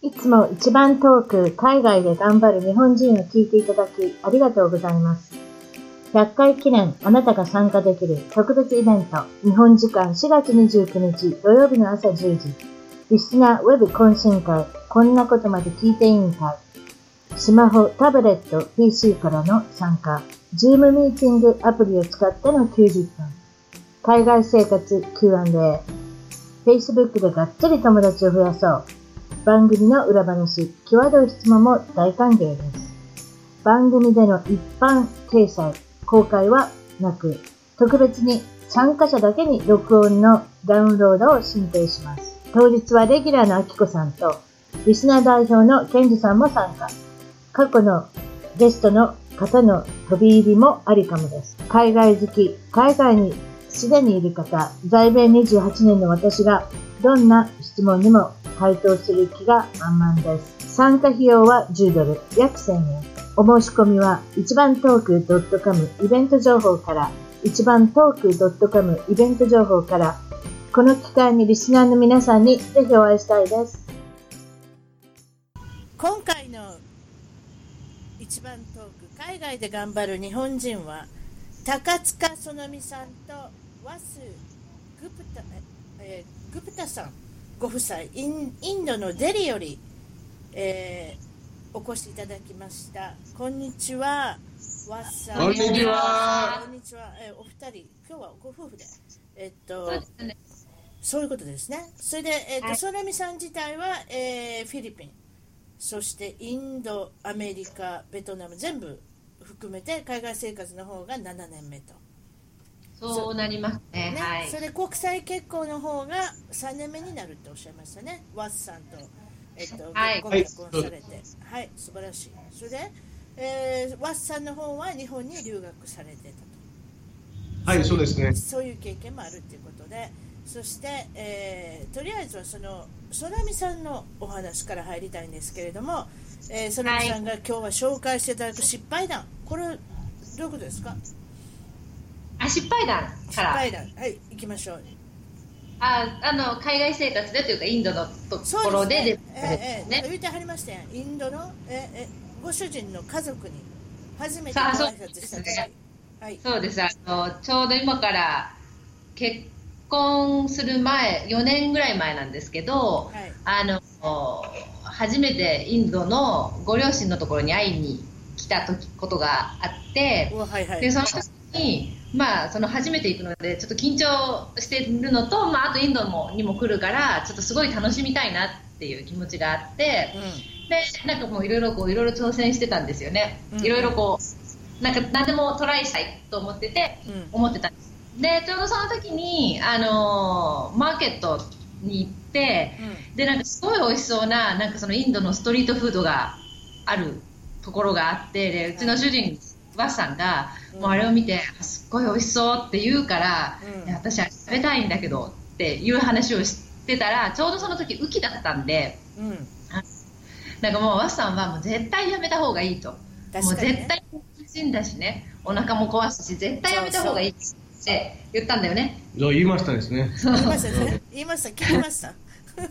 いつも一番遠く海外で頑張る日本人を聞いていただきありがとうございます。100回記念あなたが参加できる特別イベント、日本時間4月29日土曜日の朝10時、リスナーウェブ懇親会、こんなことまで聞いていいんかい。スマホ、タブレット、PC からの参加、Zoom ミーティングアプリを使っての90分、海外生活 Q&A、Facebook でがっつり友達を増やそう。番組の裏話、際どい質問も大歓迎です。番組での一般掲載、公開はなく、特別に参加者だけに録音のダウンロードを申請します。当日はレギュラーのあきこさんと、リスナー代表のケンジさんも参加。過去のゲストの方の飛び入りもありかもです。海外好き、海外にすでにいる方、在米28年の私がどんな質問にも回答する気が満々です。参加費用は10ドル、約1000円。お申し込みは一番トーク .com イベント情報から、一番トーク .com イベント情報から、この機会にリスナーの皆さんにぜひお会いしたいです。今回の一番トーク、海外で頑張る日本人は、高塚そのみさんとワスグプタさんご夫妻、インドのデリより、お越しいただきました。こんにちは、ワスさん。 こんにちは。 こんにちは。お二人、今日はご夫婦で、そういうことですね。それで、そのみさん自体は、フィリピン、そしてインド、アメリカ、ベトナム全部含めて海外生活の方が7年目と。 そうなりますね。はい。 それで国際結婚の方が3年目になるっておっしゃいましたね。ワスさんと、 はい、 ご結婚されて、はい、素晴らしい。それで、ワスさんの方は日本に留学されてたと。 はい、そうですね。 そういう経験もあるということで、そして、とりあえずはそのソナミさんのお話から入りたいんですけれども、ソナミさんが今日は紹介していただく失敗談、これどういうことですか？ 失敗談から。 失敗談、はい、行きましょう。 海外生活でというかインドのところでなんか言ってはりましたやん。インドの、ご主人の家族に初めてご挨拶した時。はい、 そうです。ちょうど今から結婚する前、4年ぐらい前なんですけど、はい、初めてインドのご両親のところに会いに来たことがあって、 はいはい、 でその時に、その初めて行くのでちょっと緊張してるのと、あとインドにも来るからちょっとすごい楽しみたいなっていう気持ちがあって、でなんかもういろいろ挑戦してたんですよね。いろいろなんか何でもトライしたいと思ってたんです。でちょうどその時にマーケットに行って、でなんかすごい美味しそうな、なんかそのインドのストリートフードがあるところがあって、でうちの主人ワスさんがもうあれを見てすっごい美味しそうって言うから、私は食べたいんだけどっていう話をしてたら、ちょうどその時雨季だったんで、なんかもうワスさんはもう絶対やめた方がいいと、もう絶対死んだしね、お腹も壊すし絶対やめた方がいいって言ったんだよね。 言いましたですね。 言いました、聞きました。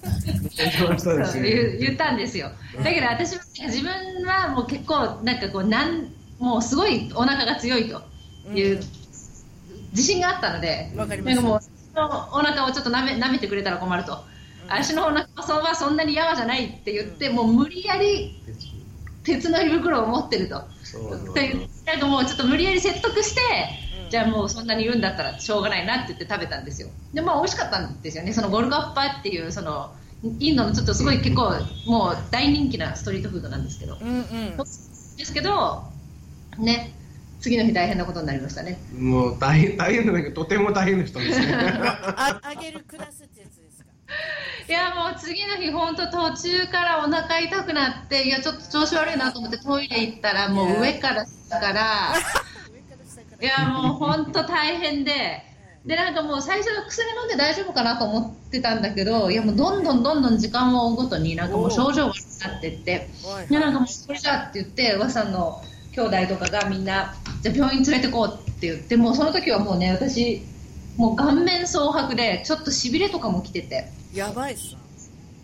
言ったんですよ。だけど私は自分はもう結構なんかもうすごいお腹が強いという自信があったので、なんかもうお腹をちょっと舐めてくれたら困ると、私のお腹はそんなにやわじゃないって言って、もう無理やり鉄の胃袋を持ってると、なんかもうちょっと無理やり説得して、じゃあもうそんなに言うんだったらしょうがないなって言って食べたんですよ。で美味しかったんですよね。そのゴルガッパっていうそのインドのちょっとすごい結構もう大人気なストリートフードなんですけど、ですけどね、次の日大変なことになりましたね。 もう大変だけど、とても大変な人ですね。 あげる下すってやつですか？ いやもう次の日本当途中からお腹痛くなって、いやちょっと調子悪いなと思ってトイレ行ったらもう上から下からいやもう本当大変で、なんかもう最初の薬飲んで大丈夫かなと思ってたんだけど、いやもうどんどん時間を追うごとになんかもう症状が悪くなってって、でなんかもうそれじゃって言っておばさんの兄弟とかがみんなじゃあ病院連れてこうって言って、もうその時はもうね、私もう顔面蒼白でちょっとしびれとかも来てて、 やばいっす。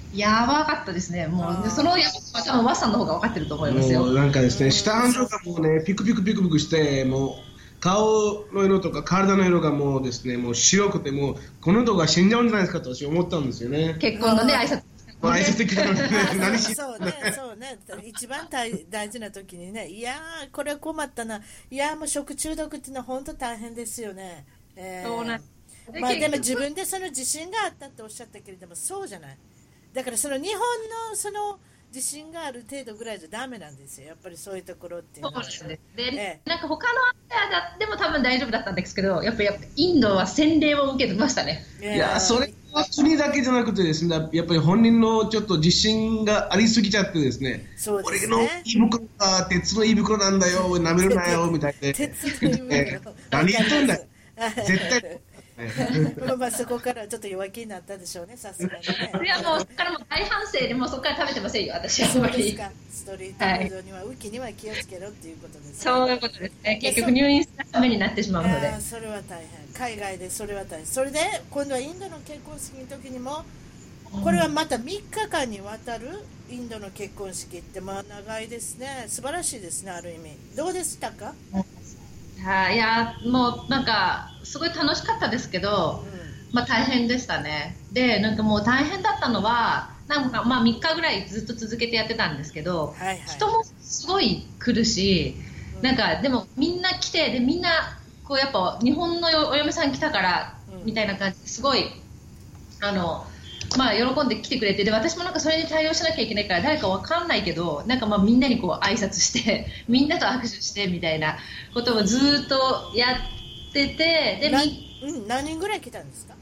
やばかったですね。もう、そのやばさは多分ワッさんの方が分かってると思いますよ。 もうなんかですね、下半身がもうね、ピクピクピクピクして、もう、顔の色とか体の色がもうですね、もう白くて、もう、この人が死んじゃうんじゃないですかと私思ったんですよね。 結婚のね、挨拶。 挨拶的なのね、何しそうね、そうね、一番大事な時にね、いやー、これは困ったな、いやー、もう食中毒っていうのは本当大変ですよね。 そうなんまあでも自分でその自信があったっておっしゃったけれども、そうじゃない。だからその日本のその自信がある程度ぐらいじゃダメなんですよ。やっぱりそういうところっていうのは。 そうですね。で、なんか他のアジアでも多分大丈夫だったんですけど、やっぱインドは洗礼を受けてましたね。 いや、それは国だけじゃなくてですね、やっぱり本人のちょっと自信がありすぎちゃってですね、 そうですね、 俺の胃袋が鉄の胃袋なんだよ、舐めるなよ、みたいな。 鉄の胃袋。 何言ってんだよ。絶対。 まあそこからちょっと弱気になったでしょうね、さすがにね。 いやもうそこからもう大反省でもうそこから食べてませんよ、私は。 そうですか。ストリートフードには、雨季には気をつけろっていうことですね。 そういうことですね。結局入院するためになってしまうので。 それは大変。海外でそれは大変。それで今度はインドの結婚式の時にも、これはまた3日間にわたるインドの結婚式ってまあ長いですね。素晴らしいですね、ある意味。どうでしたか？ いやもうなんかすごい楽しかったですけど、まあ大変でしたね。でなんかもう大変だったのはなんかまあ3日ぐらいずっと続けてやってたんですけど、 はいはい、 人もすごい来るし、なんかでもみんな来てでみんなこうやっぱ日本のお嫁さん来たからみたいな感じですごいまあ喜んで来てくれて、で私もなんかそれに対応しなきゃいけないから誰かわかんないけどなんかまあみんなにこう挨拶してみんなと握手してみたいなことをずっとやってて、で何人ぐらい来たんですか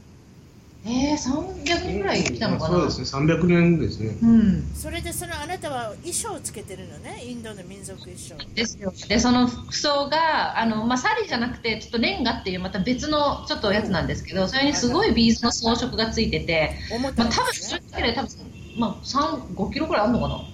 ？300人ぐらい来たのかな。 そうですね、300人ですね。 それであなたは衣装をつけてるのね、インドの民族衣装ですよ。でその服装がまあ、サリーじゃなくてちょっとレンガっていうまた別のちょっとやつなんですけど、それにすごいビーズの装飾がついてて、まあ、多分それだけでまあ、5キロぐらいあるのかな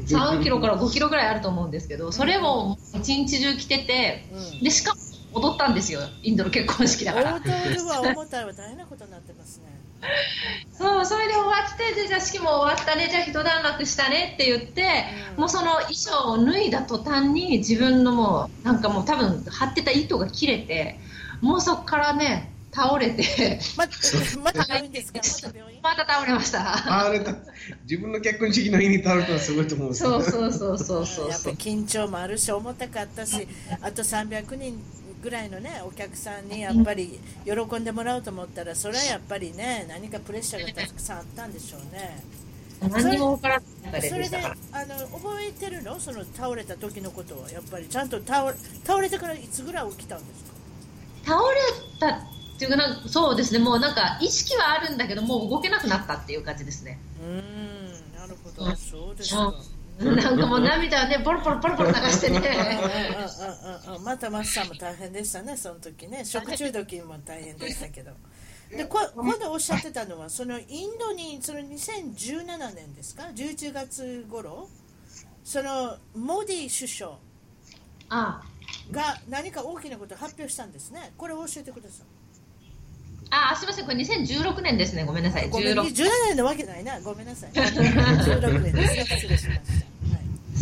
3キロから5キロぐらいあると思うんですけど、それを一日中着てて、でしかも踊ったんですよ、インドの結婚式だから。 踊るは思ったら大変なことになってますね。 そう、それで終わってでじゃあ式も終わったね、じゃあ一段落したねって言って、もうその衣装を脱いだ途端に自分のもうなんかもう多分張ってた糸が切れて、もうそこからね倒れてまた病院ですか？ また倒れました。 自分の結婚式の日に倒れたのはすごいと思うんですよ。 そうやっぱり緊張もあるし重たかったし、あと300人ぐらいのねお客さんにやっぱり喜んでもらおうと思ったら、それはやっぱりね何かプレッシャーがたくさんあったんでしょうね。 何も分からないそれで覚えてるの？その倒れた時のことはやっぱりちゃんと倒れてからいつぐらい起きたんですか？ 倒れたっていうかそうですね、もうなんか意識はあるんだけどもう動けなくなったっていう感じですね。 なるほど、そうですか。 なんかもう涙をねポロポロポロポロ流してねまたマッサンも大変でしたね、その時ね。食中毒も大変でしたけど。で今度おっしゃってたのはそのインドにその2017年ですか、11月頃そのモディ首相が何か大きなことを発表したんですね。これを教えてください。 すみません、これ2016年ですね。ごめんなさい。 17年のわけないな。ごめんなさい。16年ですね。失礼しました。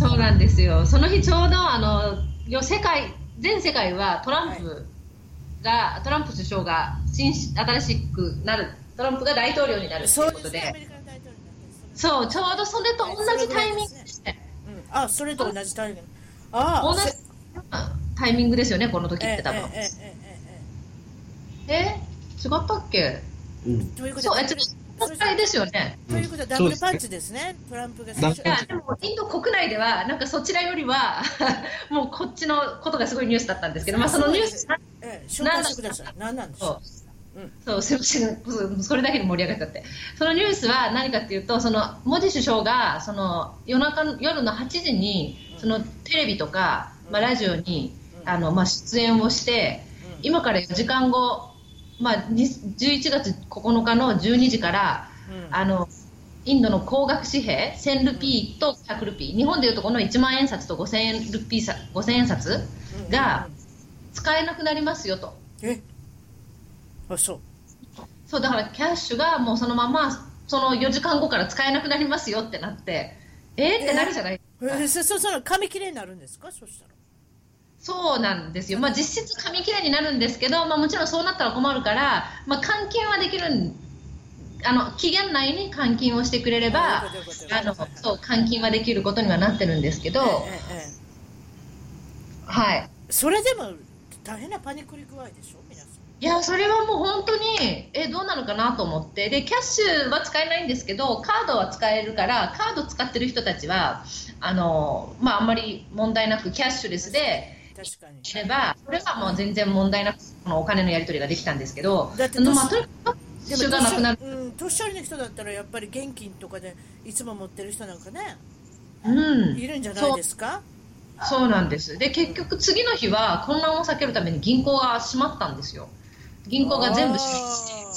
そうなんですよ。その日ちょうど全世界はトランプ首相が新しくなる、トランプが大統領になるということで、そうちょうどそれと同じタイミングでして、 それと同じタイミング。 同じタイミングですよね、この時って多分。違ったっけ？そう国会ですよね。 ということはダブルパンチですね。トランプが最初。 でもインド国内ではなんかそちらよりはもうこっちのことがすごいニュースだったんですけど、まあそのニュース紹介してください。何なんでしょう。 そうすみません、それだけで盛り上がっちゃって、そのニュースは何かっていうと、そのモディ首相がその夜の8時にそのテレビとか、ラジオに出演をして、今から4時間後、11月9日の12時から、インドの高額紙幣1000ルピーと100ルピー、日本でいうとこの1万円札と5000円札が使えなくなりますよと。 そうだからキャッシュがもうそのままその4時間後から使えなくなりますよってなって、ってなるじゃないですか。 その紙切れになるんですか、そしたら。 そうなんですよ。まあ実質紙切れになるんですけど、まあもちろんそうなったら困るから、まあ換金はできる期限内に換金をしてくれれば、そう換金はできることにはなってるんですけど、はい。 それでも大変なパニクリ具合でしょ、皆さん。 いや、それはもう本当にどうなのかなと思って、でキャッシュは使えないんですけど、カードは使えるから、カード使ってる人たちはまああんまり問題なくキャッシュレスでいれば、それはもう全然問題なくこのお金のやり取りができたんですけど、 だってまあとにかくキャッシュがなくなる。 年寄りの人だったらやっぱり現金とかでいつも持ってる人なんかね、いるんじゃないですか。 そうなんです。で結局次の日は混乱を避けるために銀行が閉まったんですよ。銀行が全部閉まって、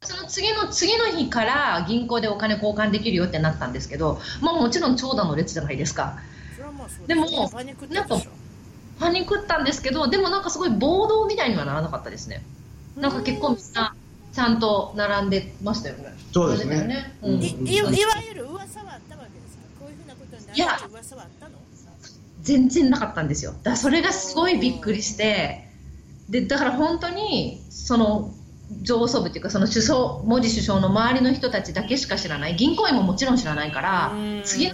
その次の日から銀行でお金交換できるよってなったんですけど、まあもちろん長蛇の列じゃないですか。でもなんかパニクったんですけど、でもなんかすごい暴動みたいにはならなかったですね。なんか結構みんなちゃんと並んでましたよね。 そうですね。 いわゆる噂はあったわけですか。こういうふうなことになるって噂はあったの？ 全然なかったんですよ。だからそれがすごいびっくりして、でだから本当にその上層部っていうか、そのモディ首相の周りの人たちだけしか知らない、銀行員ももちろん知らないから、次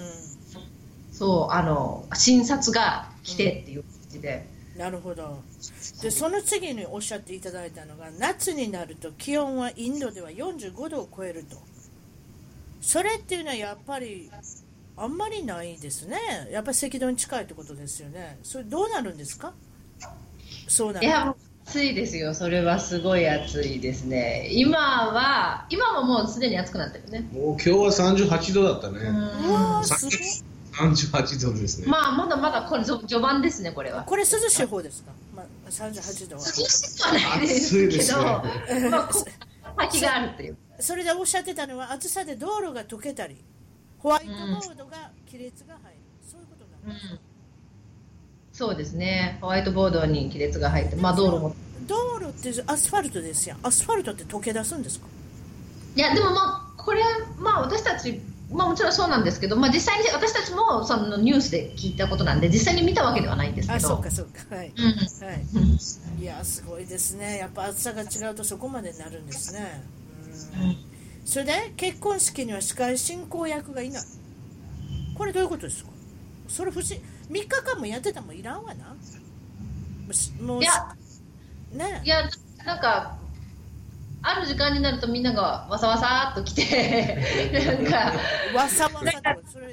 そう診察が来てっていう感じで。 なるほど。でその次におっしゃっていただいたのが、夏になると気温はインドでは45度を超えると。それっていうのはやっぱりあんまりないですね。やっぱり赤道に近いってことですよね。それどうなるんですか。そうなの。 いや暑いですよ。それはすごい暑いですね。今はもうすでに暑くなってるね。 もう今日は38度だったね。 すごい。 38度ですね。 まあまだまだこれ序盤ですね。これは。 これ涼しい方ですか。まあ、38度は。 涼しくはないですけど、まあ滝があるっていう。 それでおっしゃってたのは、暑さで道路が溶けたり、ホワイトボードが亀裂が入る、そういうことなんですか。 そうですね。ホワイトボードに亀裂が入って、まあ道路ってアスファルトですよ。アスファルトって溶け出すんですか。 いやでもまあこれまあ私たちまあもちろんそうなんですけど、まあ実際に私たちもそのニュースで聞いたことなんで実際に見たわけではないんですけど。 そうかはい。いやすごいですね。やっぱ暑さが違うとそこまでになるんですね。それで結婚式には司会進行役がいない。これどういうことですか。それ不思議。3日間もやってたもんいらんわな。もういやなんかある時間になるとみんながわさわさっと来てなんかわさわさって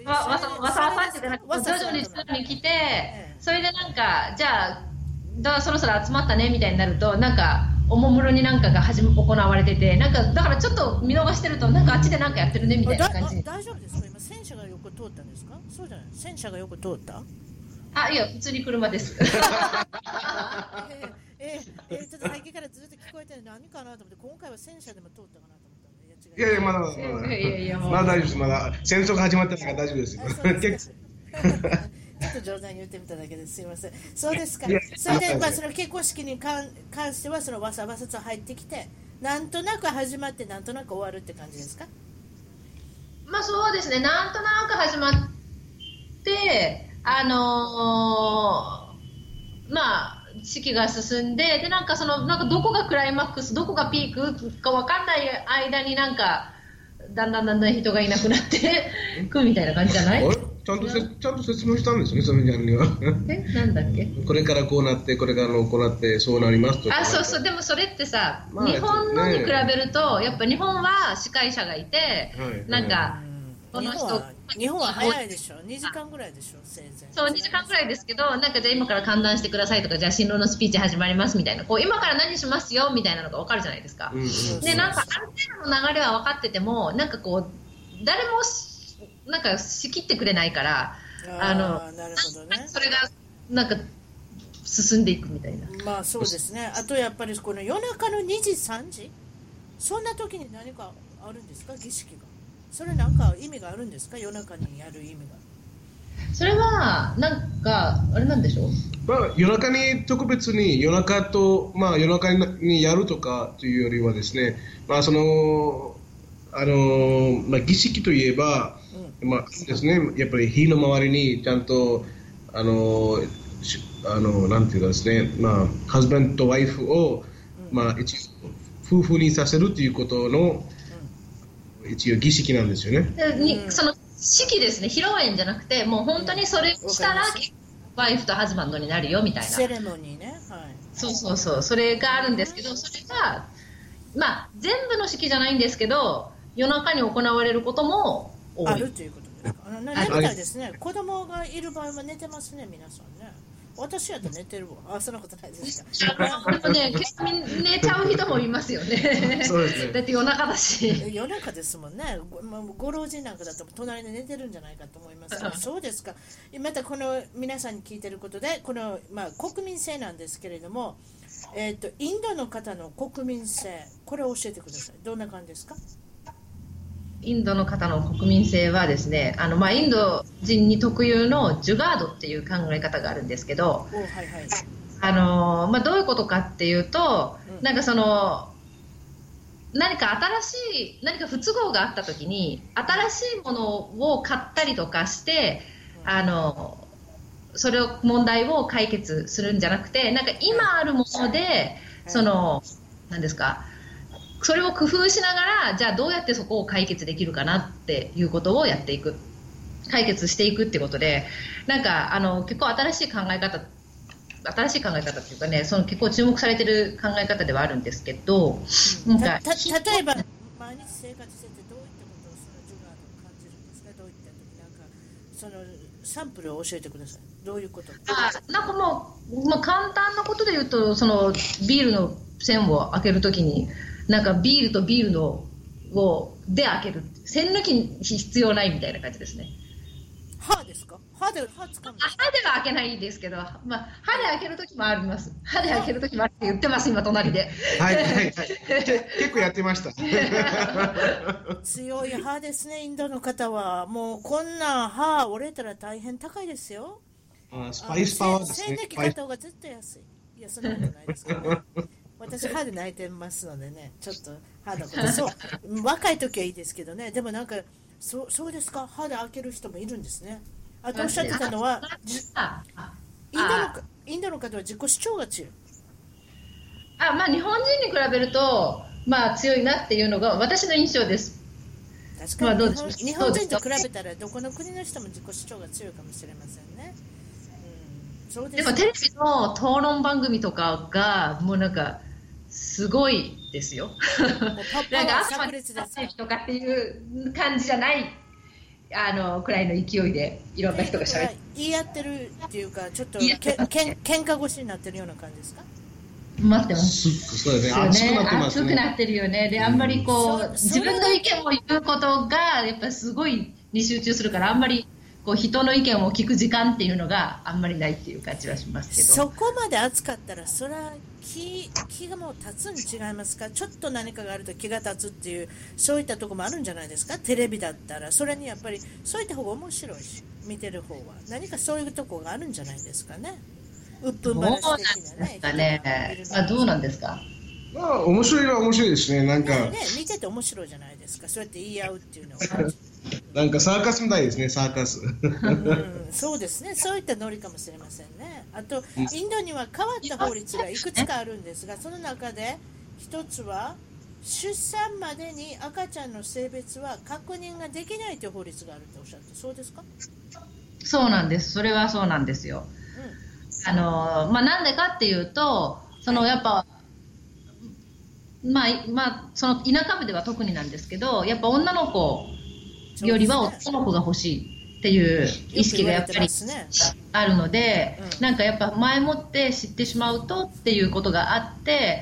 徐々に来て、それでなんかじゃあだからそろそろ集まったねみたいになると、なんかおもむろになんかが行われてて、なんかだからちょっと見逃してると、なんかあっちでなんかやってるねみたいな感じに。 大丈夫ですか。今戦車が横通ったんですか。そうじゃない。戦車が横通った。 いや普通に車ですちょっと背景からずっと聞こえてる何かなと思って、今回は戦車でも通ったかなと思ったんで。 いやまだ大丈夫です。まだ戦争が始まったから大丈夫ですよ。 ちょっと冗談に言ってみただけです。すいません。そうですか。それで、まあ、その結婚式に関してはそのわさわさと入ってきて、なんとなく始まってなんとなく終わるって感じですか。 まあそうですね。なんとなく始まってまあ式が進んで、でなんかどこがクライマックスどこがピークか分かんない間になんかだんだん人がいなくなってくみたいな感じじゃない？ ちゃんと説明したんですね、そのジャンルは。 なんだっけ？ これからこうなってこれからこうなってそうなりますとか。 そうでもそれってさ、日本のに比べるとやっぱ日本は司会者がいて、なんかこの人日本は早いでしょ。2時間ぐらいでしょ、せいぜい。 そう2時間ぐらいですけど、なんかじゃあ今から歓談してくださいとか、じゃあ新郎のスピーチ始まりますみたいな、こう今から何しますよみたいなのが分かるじゃないですか。でなんかある程度の流れは分かってても、なんかこう誰もなんか仕切ってくれないから、 なるほどね。 それがなんか進んでいくみたいな。 まあそうですね。あとやっぱりこの夜中の2時3時そんな時に何かあるんですか、儀式が。それなんか意味があるんですか、夜中にやる意味が。 それはなんかあれなんでしょう。 まあ、夜中に特別に夜中と、まあ、夜中にやるとかというよりはですね、まあ、その儀式といえば、ですね、やっぱり火の周りにちゃんとなんていうかですね、ハズバンドとワイフを、一応夫婦にさせるということの、一応儀式なんですよね。 その式ですね、披露宴じゃなくて、もう本当にそれをしたら、ワイフとハズバンドになるよみたいな。 セレモニーね。はい。 そう、それがあるんですけど、それが、全部の式じゃないんですけど、夜中に行われることも多い。 あるということですか。寝みたいですね。子供がいる場合は寝てますね、皆さんね。私やと寝てるわ。そんなことないですか。 でもね、結構寝ちゃう人もいますよね。 そうですね。 だって夜中だし。 夜中ですもんね。ご老人なんかだと隣で寝てるんじゃないかと思いますが、そうですか。またこの皆さんに聞いてることで、この国民性なんですけれども、インドの方の国民性、これを教えてください。どんな感じですか？ インドの方の国民性はですね、インド人に特有のジュガードっていう考え方があるんですけど、どういうことかっていうと、なんか何か何か不都合があった時に新しいものを買ったりとかして、それを問題を解決するんじゃなくて、なんか今あるもので何ですか、それを工夫しながら、じゃあどうやってそこを解決できるかなっていうことをやっていく、解決していくってことで、なんか結構新しい考え方っていうかね、結構注目されてる考え方ではあるんですけど、 例えば毎日生活しててどういったことをジュガードを感じるんですか？どういった時、なんかそのサンプルを教えてください。どういうこと？ なんかもう、簡単なことで言うと、ビールの栓を開けるときに、なんかビールとビールで開ける、栓抜き必要ないみたいな感じですね。 歯ですか？歯で使うんですか？ 歯では開けないですけど、歯で開けるときもあります。歯で開けるときもあるって言ってます、今隣で。 はい。結構やってました。 強い歯ですね、インドの方は。もうこんな歯折れたら大変高いですよ。 スパイスパワーですね。 栓抜き買った方が絶対安い。いや、そんなことないですけどね。私歯で泣いてますのでね、ちょっと歯のことそう若い時はいいですけどね。でもなんかそうですか、歯で開ける人もいるんですね。あとおっしゃってたのは、インドの方は自己主張が強い。 日本人に比べると、強いなっていうのが私の印象です。 確かに日本人と比べたらどこの国の人も自己主張が強いかもしれませんね。そうです。 でもテレビの討論番組とかがもうなんかすごいですよ。なんか朝までとかっていう感じじゃないくらいの勢いでいろんな人がしゃべって言い合ってるっていうか、ちょっと喧嘩腰になってるような感じですか？ 待ってます。 そうですね。 熱くなってるよね。で、あんまり自分の意見を言うことがやっぱりすごいに集中するから、あんまり人の意見を聞く時間っていうのがあんまりないっていう感じはしますけど。 そこまで熱かったらそれは気がもう立つに違いますか？ちょっと何かがあると気が立つっていう、そういったところもあるんじゃないですか？テレビだったらそれにやっぱりそういった方が面白いし、見てる方は何かそういうところがあるんじゃないですかね。うっぷん話的なね。 どうなんですか？ 面白いのは面白いですね。なんか見てて面白いじゃないですか。そうやって言い合うっていうのは。 なんかサーカスみたいですね、サーカス。 そうですね、そういったノリかもしれませんね。あと、インドには変わった法律がいくつかあるんですが、その中で一つは、出産までに赤ちゃんの性別は確認ができないという法律があるとおっしゃって、そうですか？ そうなんです。それはそうなんですよ。なんでかっていうと、やっぱ、その田舎部では特になんですけど、やっぱ女の子よりは男の子が欲しいっていう意識がやっぱりあるので、なんかやっぱ前もって知ってしまうとっていうことがあって、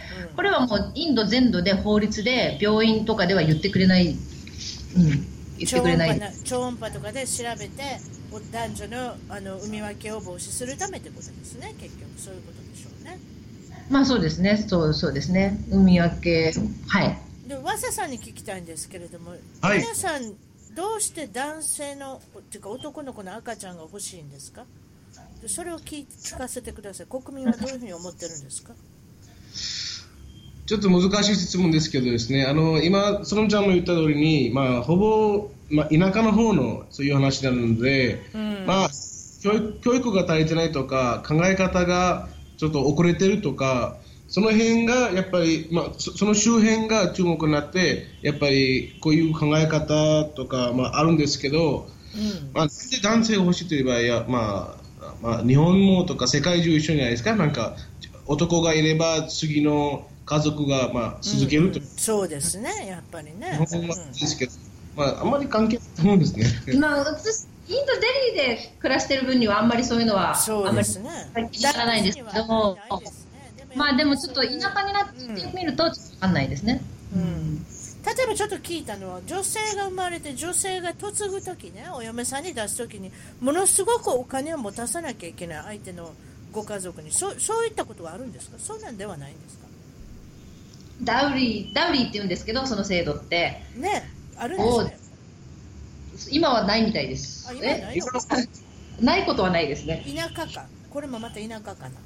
これはもうインド全土で法律で病院とかでは言ってくれない、言ってくれない。 超音波とかで調べて男女の産み分けを防止するためってことですね。結局そういうことでしょうね。 そうですね。そうですね。産み分け、はい。 で、和佐さんに聞きたいんですけれども、 はい、 皆さんどうして男性のっていうか男の子の赤ちゃんが欲しいんですか？それを聞かせてください。国民はどういうふうに思ってるんですか？ ちょっと難しい質問ですけどですね、今、そのちゃんも言った通りに、ほぼ、田舎の方のそういう話なので、教育が足りてないとか、考え方がちょっと遅れてるとか、その辺がやっぱり、その周辺が注目になって、やっぱりこういう考え方とか、あるんですけど、男性が欲しいといえば、日本もとか世界中一緒じゃないですか。なんか男がいれば次の家族が続けると、 そうですね、やっぱりね。 日本はですけど、あんまり関係ないと思うんですね。 私インドデリーで暮らしてる分にはあんまりそういうのはあんまり気にならないんですけども、でもちょっと田舎になってみるとちょっと分かんないですね。 例えばちょっと聞いたのは、女性が生まれて女性が嫁ぐときね、お嫁さんに出すときにものすごくお金を持たさなきゃいけない相手のご家族に、そういったことはあるんですか？そうなんではないんですか？ ダウリーって言うんですけど、その制度ってね、あるんですね。 今はないみたいです。 今ないのか？ ないことはないですね。 田舎か、これもまた田舎かな。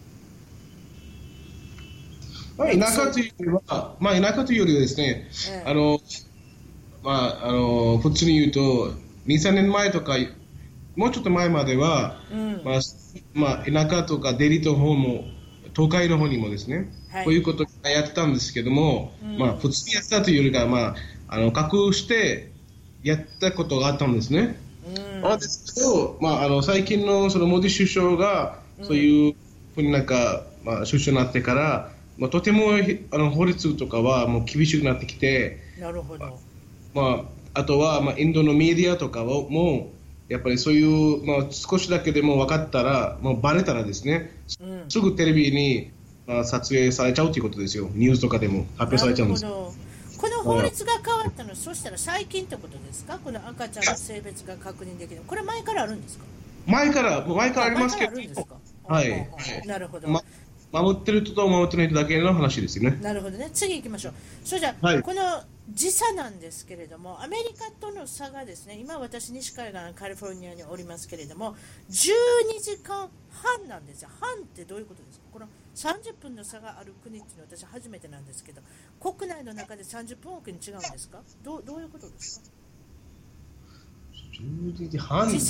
田舎というよりは、田舎というよりはですね、普通に言うと、2、3年前とか、もうちょっと前までは、田舎とかデリと方も、東海の方にもですね、こういうことをやってたんですけども、普通にやってたというよりか、隠してやったことがあったんですね。ですけど、最近のそのモディ首相が、そういうふうに首相になってから、とても法律とかはもう厳しくなってきて、 なるほど。 あとは、インドのメディアとかもやっぱりそういう、少しだけでも分かったら、バレたらですね、すぐテレビに、撮影されちゃうということですよ。ニュースとかでも発表されちゃうんです。 この法律が変わったのは、そしたら最近ってことですか？この赤ちゃんの性別が確認できる。これ前からあるんですか？前からありますけど、はい。 なるほど。 守ってる人と守ってない人だけの話ですよね。 なるほどね。次行きましょう。それじゃあ、この時差なんですけれども、アメリカとの差がですね、今私西海岸カリフォルニアにおりますけれども、12時間半なんですよ。半ってどういうことですか？この30分の差がある国っていうのは私初めてなんですけど、国内の中で30分おきに違うんですか？どういうことですか ？12時半 12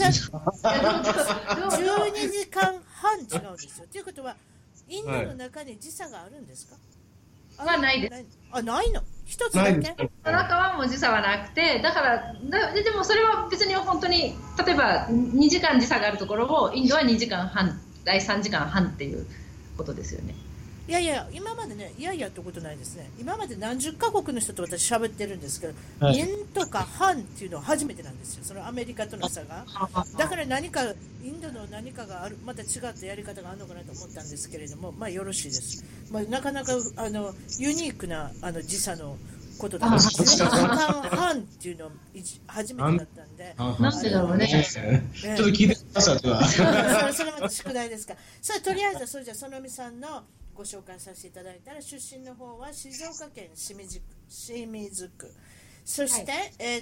時間半違うんですよ。ということは、インドの中に時差があるんですか？ はないです。 ないの？一つだけ？ の中はもう時差はなくて、だからでもそれは別に本当に、例えば2時間時差があるところをインドは2時間半、3時間半っていうことですよね。 いやいや、今までね、ってことないですね。今まで何十カ国の人と私喋ってるんですけど、円とか半っていうのは初めてなんですよ。そのアメリカとの差が。だから何か、インドの何かがある、また違ったやり方があるのかなと思ったんですけれども、よろしいです。なかなかユニークな時差のことだから、12時間半っていうの初めてだったんで。 なんでだろうね。 ちょっと聞いてください。 それまた宿題ですか。さあ、とりあえず、それじゃそのみさんのご紹介させていただいたら、出身の方は静岡県清水区。そして、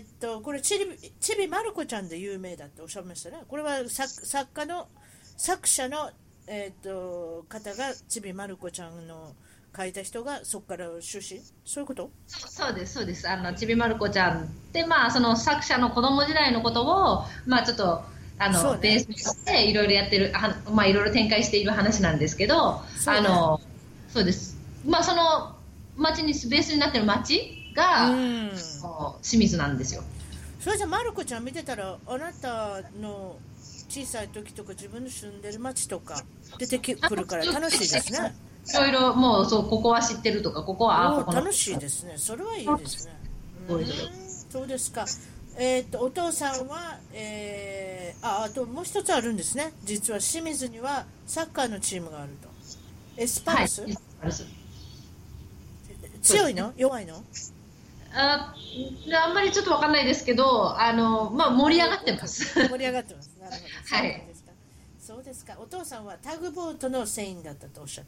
これちびまる子ちゃんで有名だっておっしゃいましたね。これは作者の、方がちびまる子ちゃんの書いた人がそこから出身、そういうこと？ そうです。ちびまる子ちゃんって、その作者の子供時代のことを、ちょっとベースにしていろいろやってる、いろいろ展開している話なんですけど、そうです。その町にベースになってる町が清水なんですよ。 それじゃまる子ちゃん見てたら、あなたの小さい時とか自分の住んでる町とか出てくるから楽しいですね。 いろいろもうここは知ってるとか、ここは楽しいですね。それはいいですね。そうですか。お父さんは、あともう一つあるんですね。実は清水にはサッカーのチームがあると。エスパルス？強いの？弱いの？ あんまりちょっと分かんないですけど、盛り上がってます。 盛り上がってます。なるほど。 はい。 そうですか。お父さんはタグボートの船員だったとおっしゃった。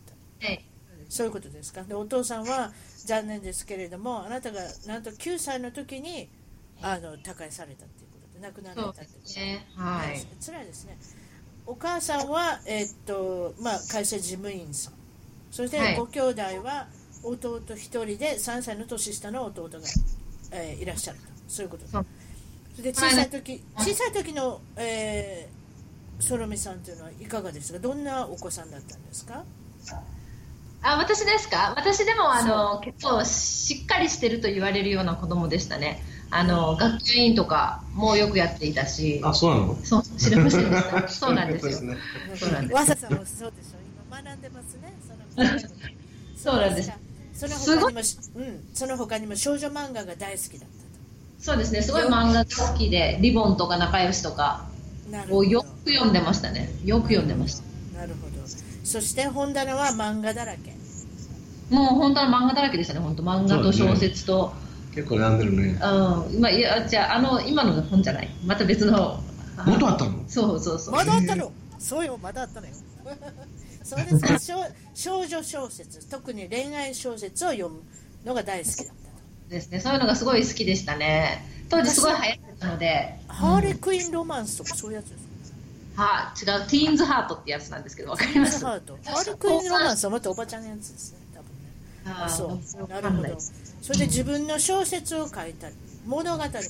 はい。 そういうことですか。で、お父さんは残念ですけれども、あなたがなんと9歳の時に他界されたということで亡くなられたということで、 はい。 辛いですね。お母さんは会社事務員さん。そしてご兄弟は弟一人で3歳の年下の弟が、いらっしゃると、そういうことで。それで小さい時の、ソロミさんというのはいかがですか？どんなお子さんだったんですか？ 私ですか？私でも結構しっかりしてると言われるような子供でしたね。学級委員とかもよくやっていたし。 あ、そうなの？ そう、知りませんでした。そうなんですよ。 そうなんです。わささんもそうでしょ。今学んでますね。 そうなんです。 その他にも少女漫画が大好きだったと。 そうですね。すごい漫画が好きで、リボンとか仲良しとかをよく読んでましたね。よく読んでました。 なるほど。そして本棚は漫画だらけ。 もう本当の漫画だらけでしたね。本当漫画と小説と。 結構悩んでるね。 じゃあ今のが本じゃない。また別の。 もっとあったの？ そう。 まだあったの？そうよ、まだあったのよ。そうですか。少女小説、特に恋愛小説を読むのが大好きだったですね。そういうのがすごい好きでしたね。当時すごい流行ってたので。 ハーレクイーンロマンスとかそういうやつですか？ 違う、ティーンズハートってやつなんですけど、わかります？ ハーレクイーンロマンスはまたおばちゃんのやつですね、多分ね。そう、なるほど。それで自分の小説を書いたり、物語も書いたり。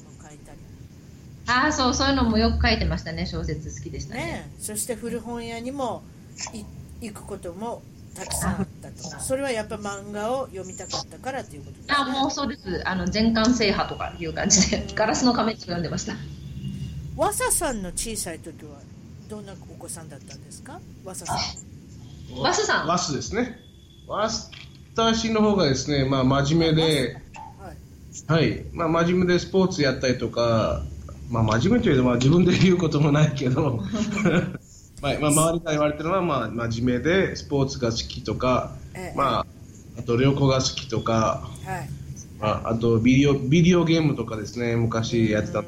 そういうのもよく書いてましたね。小説好きでしたね。 そして古本屋にも行くこともたくさんあったと。それはやっぱ漫画を読みたかったからということですね。 もうそうです。全巻制覇とかいう感じで、ガラスの仮面とか読んでました。 わささんの小さい時はどんなお子さんだったんですか？わささん。 わすさん。 わすですね。私の方がですね、真面目で、はい、真面目でスポーツやったりとか、真面目というと自分で言うこともないけど、周りから言われてるのは真面目でスポーツが好きとか、あと旅行が好きとか、あとビデオゲームとかですね、昔やってたんです。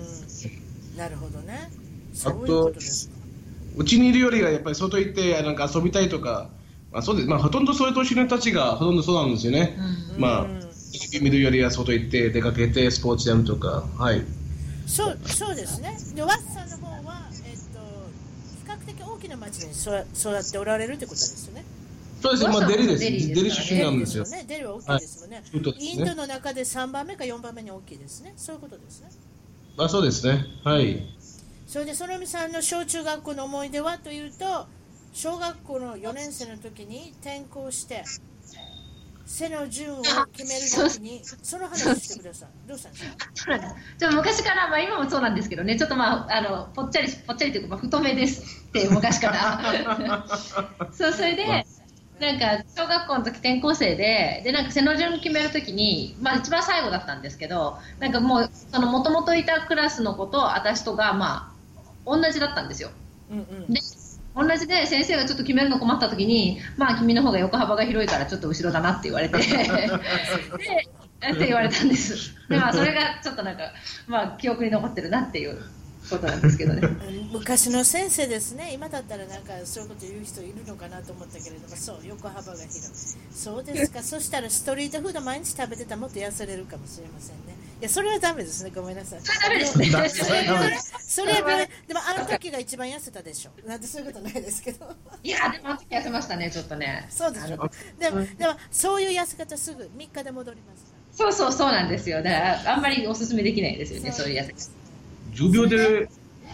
なるほどね。 あとうちにいるよりはやっぱり外行ってなんか遊びたいとか、そうです。ほとんどそういう年の人たちがほとんどそうなんですよね。テレビ見るよりは外行って出かけてスポーツやるとか、はい。 そうですね。でワッさんの方は比較的大きな町に育っておられるってことですよね。 そうです。デリです。デリ出身なんですよ。 デリは大きいですもんね。インドの中で3番目か4番目に大きいですね。そういうことですね。 そうですね。はい。 それでソロミさんの小中学校の思い出はというと、小学校の4年生の時に転校して背の順を決める時にその話してください。どうしたんですか？ そうなんです。昔から今もそうなんですけどね、ちょっとぽっちゃりというか太めですって昔からそれでなんか小学校の時転校生でなんか背の順決める時に一番最後だったんですけど、なんかもうもともといたクラスの子と私とが同じだったんですよ。で同じで先生がちょっと決めるの困った時に君の方が横幅が広いからちょっと後ろだなって言われてって言われたんです。でそれがちょっとなんか記憶に残ってるなっていうことなんですけどね。 昔の先生ですね。今だったらなんかそういうこと言う人いるのかなと思ったけれども、そう横幅が広い。そうですか。そしたらストリートフード毎日食べてたらもっと痩せれるかもしれませんね。いやそれはダメですね。ごめんなさい。 それダメですね。 それはでもあの時が一番痩せたでしょ。なんてそういうことないですけど。 いやでもあの時痩せましたねちょっとね。 そうでしょ。でもそういう痩せ方すぐ3日で戻ります。 そうなんですよ。だからあんまりおすすめできないですよね。そういう痩せ方。 10秒で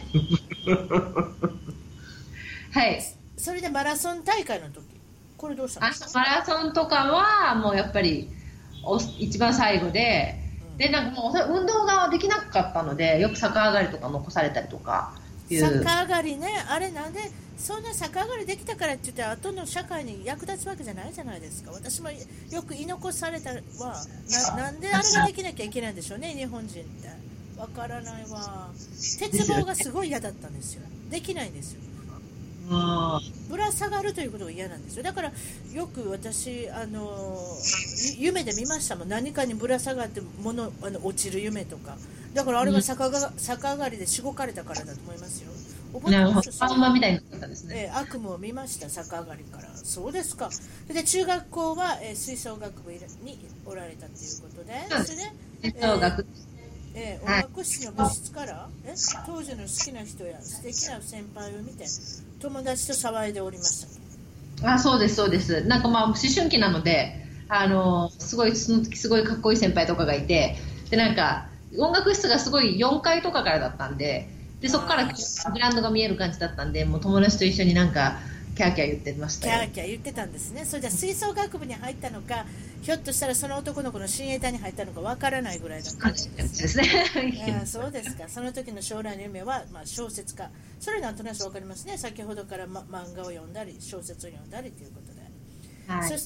はい。 それでマラソン大会の時これどうしたんですか？ マラソンとかはもうやっぱり一番最後で、なんかもう運動ができなかったのでよく逆上がりとか残されたりとか逆上がりね。あれなんでそんな逆上がりできたからって言って後の社会に役立つわけじゃないじゃないですか。私もよく言い残されたはなんであれができなきゃいけないんでしょうね日本人って。わからないわ。鉄棒がすごい嫌だったんですよ。できないんですよ。ぶら下がるということが嫌なんですよ。だからよく私夢で見ましたもん。何かにぶら下がって落ちる夢とか。だからあれが逆上がりでしごかれたからだと思いますよ。 覚えてます？みたいになったんですね。 悪夢を見ました逆上がりから。そうですか。で中学校は、吹奏楽部におられたということで、それで吹奏楽音楽室の部室から当時の好きな人や素敵な先輩を見て友達と騒いでおりました。 そうです。なんか思春期なのですごい、その時すごいかっこいい先輩とかがいて、で、なんか、音楽室がすごい4階とかからだったんで、そこからグラウンドが見える感じだったんで、もう友達と一緒になんか、キャーキャー言ってましたよ。 キャーキャー言ってたんですね。それじゃ吹奏楽部に入ったのか、ひょっとしたらその男の子の親衛隊に入ったのかわからないぐらいの感じですね。 そうですか。その時の将来の夢は、小説家。それなんとなくわかりますね。先ほどから、漫画を読んだり、小説を読んだりということで。はい、そして、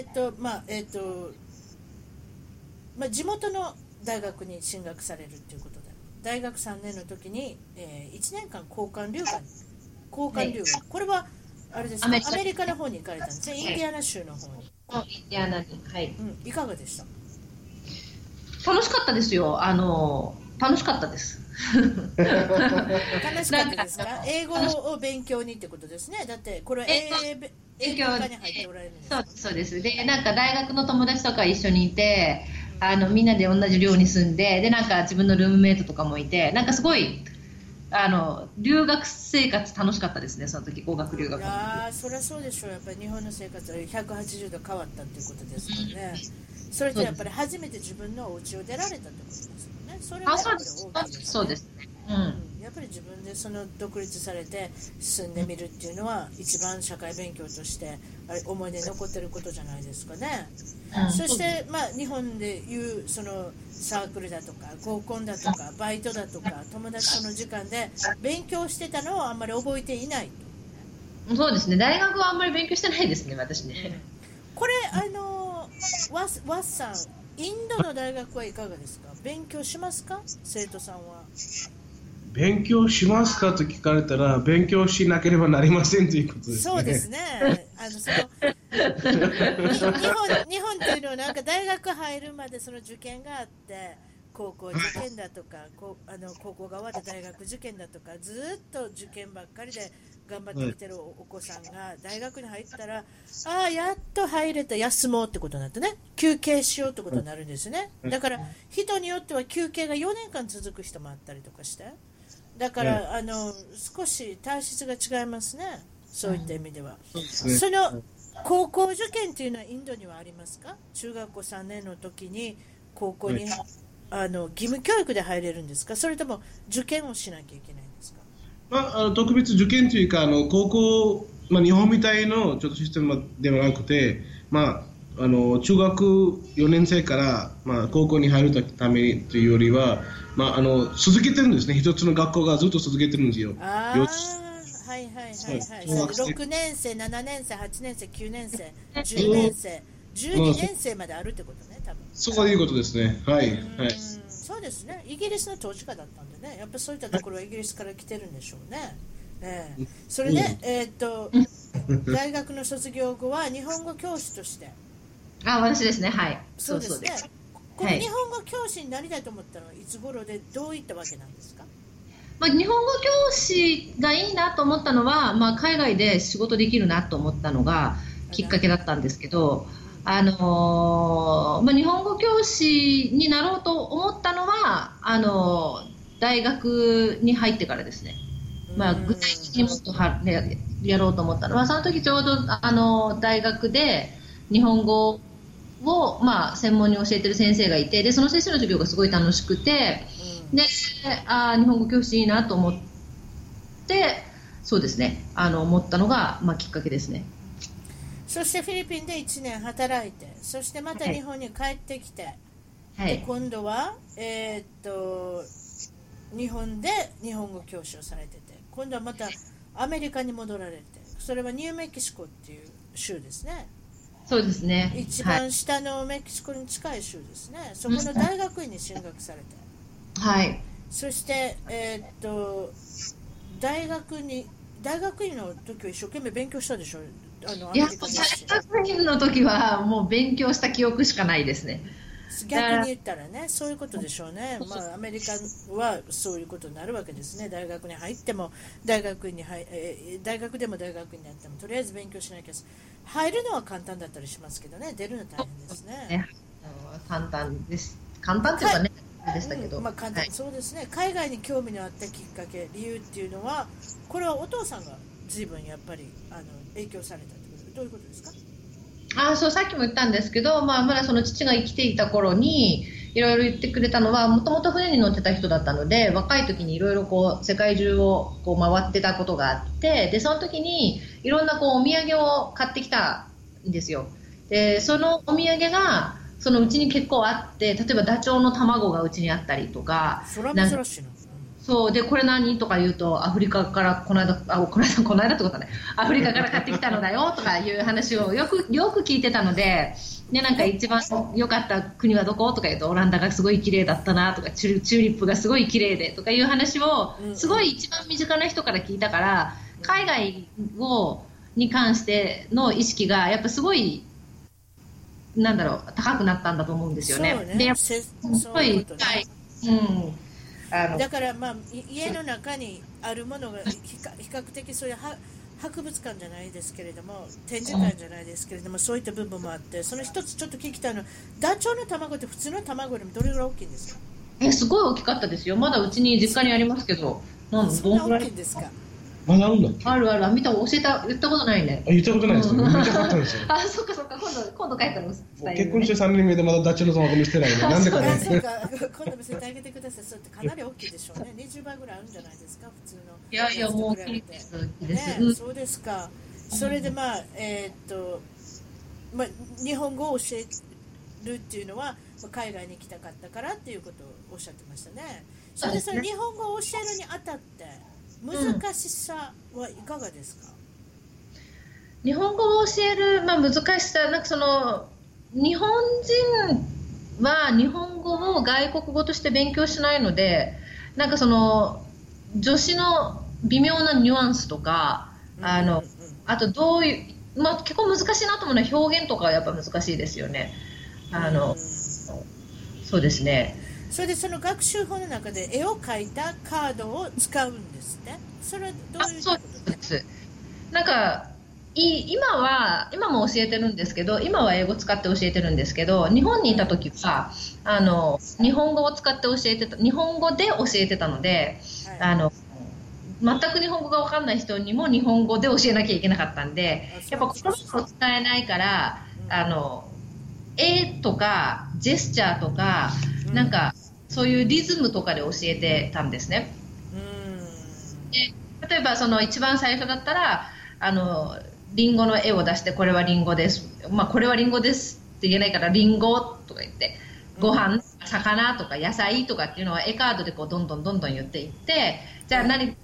地元の大学に進学されるということで、大学3年の時に、1年間交換留学。これはあれですか、アメリカの方に行かれたんですね。インディアナ州の方に。 インディアナに、はい。 いかがでした？ 楽しかったですよ。楽しかったです。 楽しかったですか？英語を勉強にってことですね。だってこれは英語科に入っておられるんですか？ そうです。で、なんか大学の友達とか一緒にいて、みんなで同じ寮に住んで、で、なんか自分のルームメイトとかもいて、なんかすごい、留学生活楽しかったですね、その時、語学留学。 そりゃそうでしょう。やっぱり日本の生活は180度変わったっていうことですもんね。それとやっぱり初めて自分のお家を出られたってことですもんね。それはやっぱり大きいですね。 そうですね。 やっぱり自分でその独立されて住んでみるっていうのは一番社会勉強として思い出に残ってることじゃないですかね。そして、日本でいうそのサークルだとか合コンだとかバイトだとか友達との時間で勉強してたのをあんまり覚えていない。 そうですね。大学はあんまり勉強してないですね、私ね。 これワッさん、インドの大学はいかがですか？勉強しますか？生徒さんは。 勉強しますかと聞かれたら、勉強しなければなりませんということですね。 そうですね。日本っていうのはなんか大学入るまでその受験があって、高校受験だとか、高校側で大学受験だとか、ずっと受験ばっかりで頑張ってきてるお子さんが大学に入ったら、やっと入れた、休もうってことになってね、休憩しようってことになるんですね。だから人によっては休憩が4年間続く人もあったりとかして、だから少し体質が違いますね。そういった意味では。その高校受験っていうのはインドにはありますか？中学校3年の時に高校に義務教育で入れるんですか？それとも受験をしなきゃいけないんですか？ 特別受験というか高校、日本みたいのちょっとシステムではなくて、中学4年生から、高校に入るためというよりは、続けてるんですね。一つの学校がずっと続けてるんですよ。 はい6年生、7年生、8年生、9年生、10年生、12年生まであるってことね、多分。 そういうことですね。はい。 そうですね。イギリスの統治下だったんでね、やっぱりそういったところはイギリスから来てるんでしょうね。それで、大学の卒業後は日本語教師として。 私ですね。はい。 そうですね。この日本語教師になりたいと思ったのはいつ頃でどういったわけなんですか？ 日本語教師がいいなと思ったのは、海外で仕事できるなと思ったのがきっかけだったんですけど、日本語教師になろうと思ったのは大学に入ってからですね。具体的にもっとやろうと思ったのは、その時ちょうど大学で日本語を専門に教えてる先生がいて、でその先生の授業がすごい楽しくて、で日本語教師いいなと思って、そうですね、思ったのがきっかけですね。 そしてフィリピンで1年働いて、そしてまた日本に帰ってきて、で今度は、日本で日本語教師をされてて、今度はまたアメリカに戻られて、それはニューメキシコっていう州ですね。 そうですね。 一番下のメキシコに近い州ですね。そこの大学院に進学されて、そして、大学院の時は一生懸命勉強したでしょ？大学院の時はもう勉強した記憶しかないですね。 逆に言ったらね、そういうことでしょうね。アメリカはそういうことになるわけですね。大学に入っても大学でも大学になってもとりあえず勉強しなきゃ。入るのは簡単だったりしますけどね、出るの大変ですね。 簡単です。簡単というかね、でしたけど、 簡単、そうですね。海外に興味のあったきっかけ、理由っていうのは、これはお父さんが随分やっぱり影響されたということで、どういうことですか？ そう、さっきも言ったんですけど、まだその父が生きていた頃に、いろいろ言ってくれたのは、もともと船に乗ってた人だったので、若い時にいろいろこう、世界中をこう回ってたことがあって、で、その時に、いろんなこう、お土産を買ってきたんですよ。で、そのお土産が、そのうちに結構あって、例えばダチョウの卵がうちにあったりとか、 それは珍しいな。 そうで、これ何とか言うと、アフリカからこの間ってことね、アフリカから買ってきたのだよとかいう話をよく聞いてたので、ね、なんか一番良かった国はどことか言うと、オランダがすごい綺麗だったなとか、チューリップがすごい綺麗でとかいう話を、すごい一番身近な人から聞いたから、海外に関しての意識がやっぱすごい、なんだろう、高くなったんだと思うんですよね。 そうね。 で、やっぱすごい、 だから家の中にあるものが比較的そういう博物館じゃないですけれども、展示館じゃないですけれども、そういった部分もあって、その一つちょっと聞きたいのは、ダチョウの卵って普通の卵よりもどれぐらい大きいんですか？ すごい大きかったですよ。まだうちに実家にありますけど。 そんな大きいんですか？ まだあるんだっけ？ ある、言ったことないね。 言ったことないですよ。めっちゃ買ったんですよ。 そっか、今度帰ったら伝える。 結婚して3年目でまだダチョウの卵見せてないね。なんでかね。 そうか、今度見せてあげてください。それってかなり大きいでしょうね。20倍ぐらいあるんじゃないですか、普通の。 いや、もう大きいです。 ね、そうですか。それで日本語を教えるっていうのは、海外に来たかったからっていうことをおっしゃってましたね。それでその日本語を教えるにあたって、難しさはいかがですか？ 日本語を教える、難しさ、なんかその日本人は日本語を外国語として勉強しないので、なんかその助詞の微妙なニュアンスとか、あとどういう、結構難しいなと思うのは表現とかはやっぱ難しいですよね。そうですね。 それでその学習法の中で絵を描いたカードを使うんですね。それはどういうことですか？ なんか今も教えてるんですけど、今は英語使って教えてるんですけど、日本にいた時は日本語を使って日本語で教えてたので、全く日本語が分かんない人にも日本語で教えなきゃいけなかったんで、やっぱ言葉を使えないから、絵とかジェスチャーとか、なんかそういうリズムとかで教えてたんですね。で例えばその一番最初だったらリンゴの絵を出して、これはリンゴです、これはリンゴですって言えないから、リンゴとか言って、ご飯、魚とか野菜とかっていうのは絵カードでこうどんどん言っていって、じゃあ何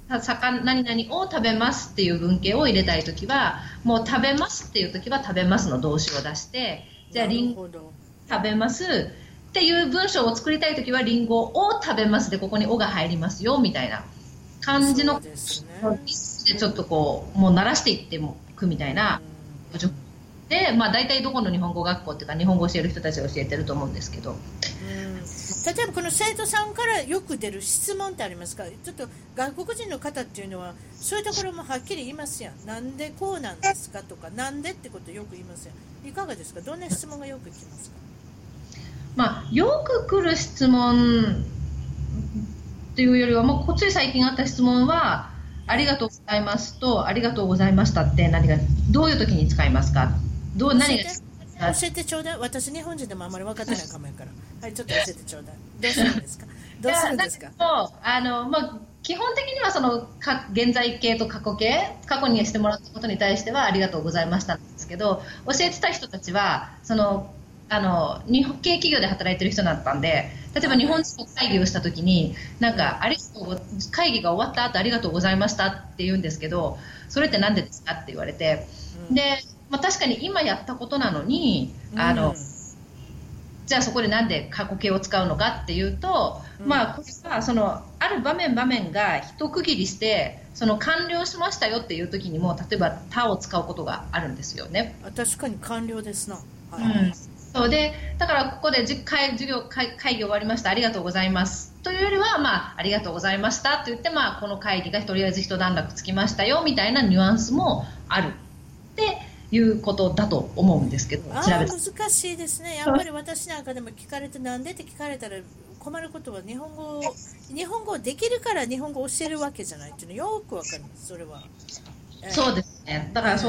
々を食べますっていう文型を入れたいときは、もう食べますっていうときは食べますの動詞を出して、じゃあリンゴ食べますっていう文章を作りたいときは、リンゴを食べますでここに「お」が入りますよみたいな感じの、でちょっとこうもう慣らしていっていくみたいなで、大体どこの日本語学校っていうか日本語を教える人たちが教えてると思うんですけど、 例えばこの生徒さんからよく出る質問ってありますか？ちょっと外国人の方っていうのはそういうところもはっきり言いますやん。なんでこうなんですかとか、なんでってことよく言いますやん。いかがですか？どんな質問がよく聞きますか？ よく来る質問っていうよりは、こっちで最近あった質問は、ありがとうございますとありがとうございましたってどういう時に使いますか？何が教えてちょうだい。私日本人でもあんまり分かってないかもやから、はい、ちょっと教えてちょうだい。どうするんですか？どうするんですか？ 基本的にはその現在形と過去形、過去にしてもらったことに対してはありがとうございましたんですけど、教えてた人たちはその日本系企業で働いてる人だったんで、例えば日本人と会議をした時に会議が終わった後ありがとうございましたって言うんですけど、それって何でですかって言われて、で確かに今やったことなのに、じゃあそこでなんで過去形を使うのかっていうと、これはそのある場面が一区切りして、その完了しましたよっていう時にも、例えば「た」を使うことがあるんですよね。 確かに完了ですな、 そうで、だからここで会議終わりました、ありがとうございますというよりは、ありがとうございましたと言って、この会議がとりあえず一段落つきましたよみたいなニュアンスもあるっていうことだと思うんですけど、 難しいですね。やっぱり私なんかでも聞かれて、なんでって聞かれたら困ることは、日本語できるから日本語を教えるわけじゃないっていうのよくわかります。それはそうですね。だからその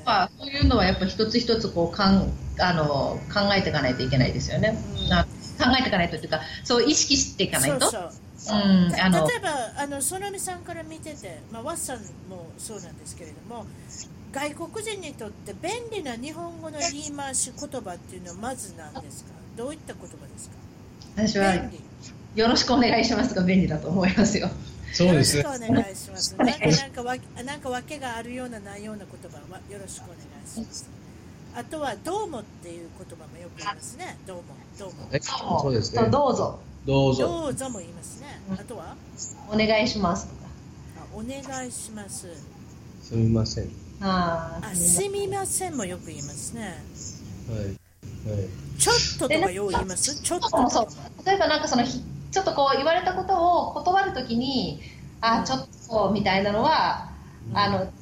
ぱそういうのはやっぱ一つ一つこう考えていかないといけないですよね。考えていかないとというか、そう意識していかないと。 そう例えばソナミさんから見てて、ワッさんもそうなんですけれども、外国人にとって便利な日本語の言い回し言葉っていうのはまず何ですか？どういった言葉ですか？ 私はよろしくお願いしますが便利だと思いますよ。 そうですね。 よろしくお願いします。なんか訳があるようなないような言葉はよろしくお願いします。あとはどうもっていう言葉もよく言いますね。どうも。 そうですね。 どうぞ。 どうぞ。 どうぞも言いますね。あとはお願いしますとか。 お願いします。 すみません。 すみませんもよく言いますね。 はい。 ちょっととかよう言います。ちょっと。 そう。例えばなんかちょっとこう言われたことを断るときに、ちょっとみたいなのは、なんか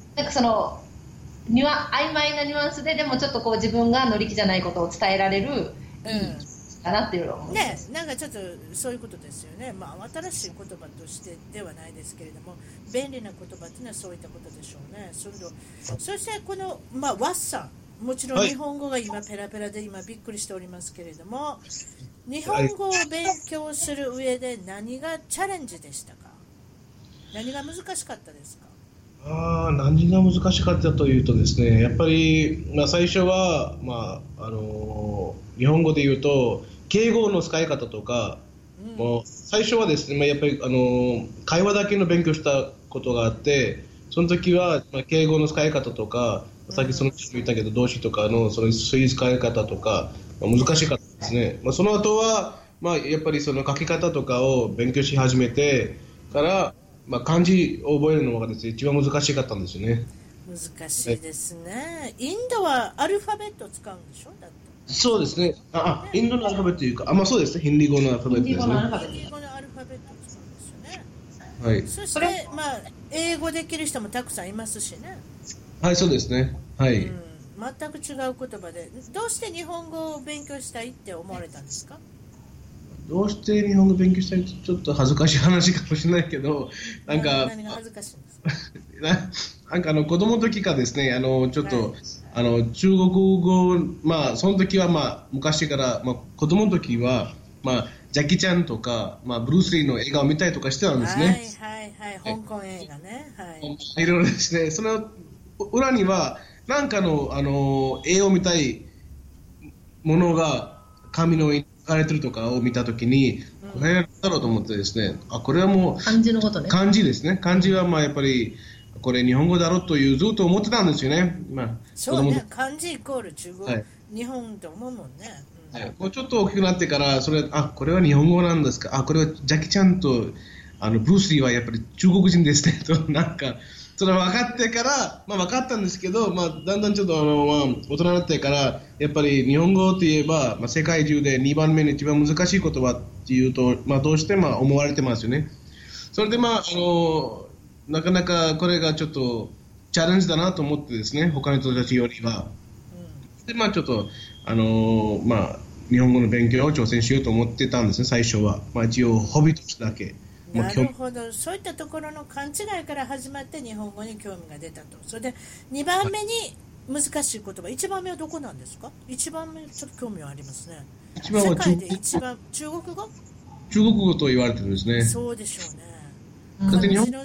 曖昧なニュアンスででもちょっとこう自分が乗り気じゃないことを伝えられる、かなっていうのを思います。 なんかちょっとそういうことですよね。新しい言葉としてではないですけれども、便利な言葉っていうのはそういったことでしょうね。そしてこのワッさん、もちろん日本語が今ペラペラで今びっくりしておりますけれども、日本語を勉強する上で何がチャレンジでしたか？何が難しかったですか？ 何が難しかったというとですね、やっぱり、最初は、日本語で言うと敬語の使い方とか、もう最初はですね、やっぱり会話だけの勉強したことがあって、その時は、敬語の使い方とか、さっきその言ったけど動詞とかのそういう使い方とか、難しかったですね。その後は、やっぱりその書き方とかを勉強し始めてから、漢字を覚えるのがですね、一番難しかったんですよね。 難しいですね。インドはアルファベットを使うんでしょ？だってそうですね。インドのアルファベットというか、そうですね。ヒンディー語のアルファベットですね。 ヒンディー語のアルファベットを使うんですよね。 はい。 そして英語できる人もたくさんいますしね。 はい、そうですね。はい。 全く違う言葉で、どうして日本語を勉強したいって思われたんですか？ どうして日本語勉強したいってちょっと恥ずかしい話かもしれないけど、何が恥ずかしいんですか？なんか子供の時からですね、ちょっと、中国語、その時は昔から、子供の時は、ジャッキーちゃんとか、ブルース・リーの映画を見たりとかしてたんですね。 香港映画ね。 いろいろですね、その裏には、なんかの、絵を見たいものが紙の書かれてるとかを見たときに、これだろうと思ってですね、これはもう漢字のことね。 漢字ですね。漢字はやっぱりこれ日本語だろうというずっと思ってたんですよね。 そうね、漢字イコール中国、日本と思うもんね。 もうちょっと大きくなってから、これは日本語なんですか。これはジャッキーちゃんとブルース・リーはやっぱり中国人ですねとなんか。それ分かってから、分かったんですけど、だんだんちょっと大人になってから、やっぱり日本語といえば、世界中で2番目に一番難しい言葉っていうと、どうしても思われてますよね。それでなかなかこれがちょっとチャレンジだなと思ってですね、他の人たちよりは。で、ちょっと、日本語の勉強を挑戦しようと思ってたんですね、最初は。一応、ホビーとしてだけ。 なるほど、そういったところの勘違いから始まって日本語に興味が出たと。それで2番目に難しい言葉、1番目はどこなんですか？1番目ちょっと興味はありますね。世界で一番中国語？ 中国語と言われてるんですね。 そうでしょうね。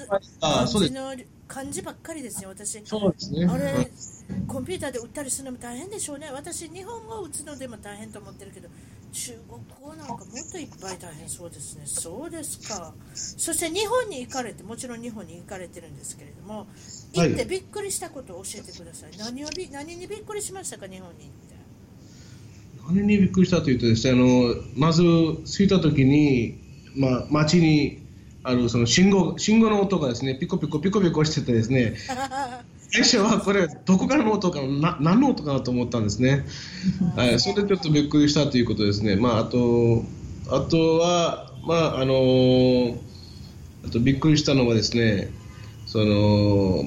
漢字ばっかりですよ、私。 そうですね。 あれコンピューターで打ったりするのも大変でしょうね。私日本語を打つのでも大変と思ってるけど、中国語なんかもっといっぱい大変そうですね。そうですか。そして日本に行かれて、もちろん日本に行かれてるんですけれども、行ってびっくりしたことを教えてください。何にびっくりしましたか、日本に行って。 何にびっくりしたというとですね、まず着いた時に、街にあるその信号の音がですね、ピコピコピコピコしててですね、最初はこれどこからの音か何の音かなと思ったんですね。それでちょっとびっくりしたということですね。あとはあとびっくりしたのはですね、ちょ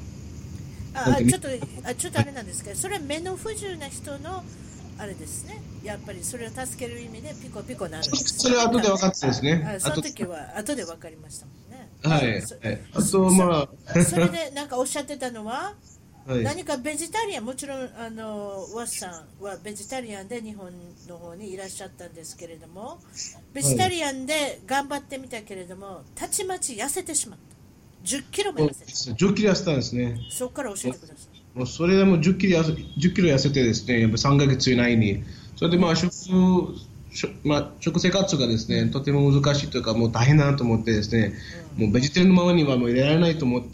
っとあれなんですけど、それは目の不自由な人のあれですね。やっぱりそれを助ける意味でピコピコなるんです、ね。 それは後で分かったですね。 その時は後で分かりましたもんね。 はい。 それでなんかおっしゃってたのは、 はい、 何かベジタリアン、もちろんワッさんはベジタリアンで日本の方にいらっしゃったんですけれども、ベジタリアンで頑張ってみたけれども、たちまち痩せてしまった。10キロも痩せてしまった。 10キロ痩せたんですね。 そこから教えてください。 もうそれでも10キロ痩せてですね、やっぱ3ヶ月以内に。それで食生活がですね、とても難しいというか、もう大変だなと思ってですね、もうベジタリアンのままにはもう入れられないと思って、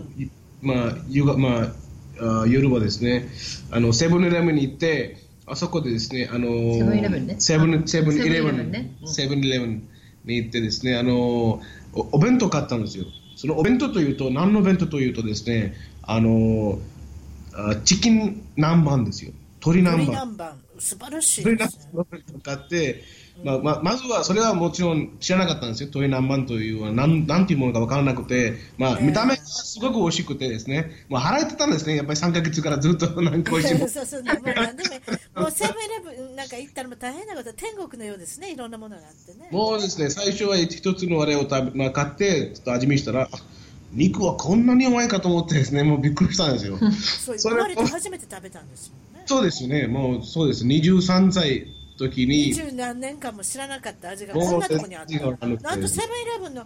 夜はですね、セブンイレブンに行って、あそこでですね、 セブンイレブンね。 セブンイレブンに行ってですね、お弁当買ったんですよ。そのお弁当というと、何の弁当というとですね、チキン南蛮ですよ。鶏南蛮。 素晴らしいですね。 鶏南蛮を買って、まずはそれはもちろん知らなかったんですよ。鶏南蛮というのは何ていうものか分からなくて、見た目がすごく美味しくてですね、腹減ってたんですね。やっぱり3ヶ月からずっとなんか美味しいもの。 そうそう、もうセブンイレブンなんか行ったらもう大変なこと、天国のようですね。いろんなものがあってね。 もうですね、最初は一つのあれを買ってちょっと味見したら、肉はこんなにうまいかと思ってですね、もうびっくりしたんですよ。 生まれて初めて食べたんですよね。 そうですね、もうそうです。23歳時に 20何年間も知らなかった味がこんなところにあった。なんとセブンイレブンの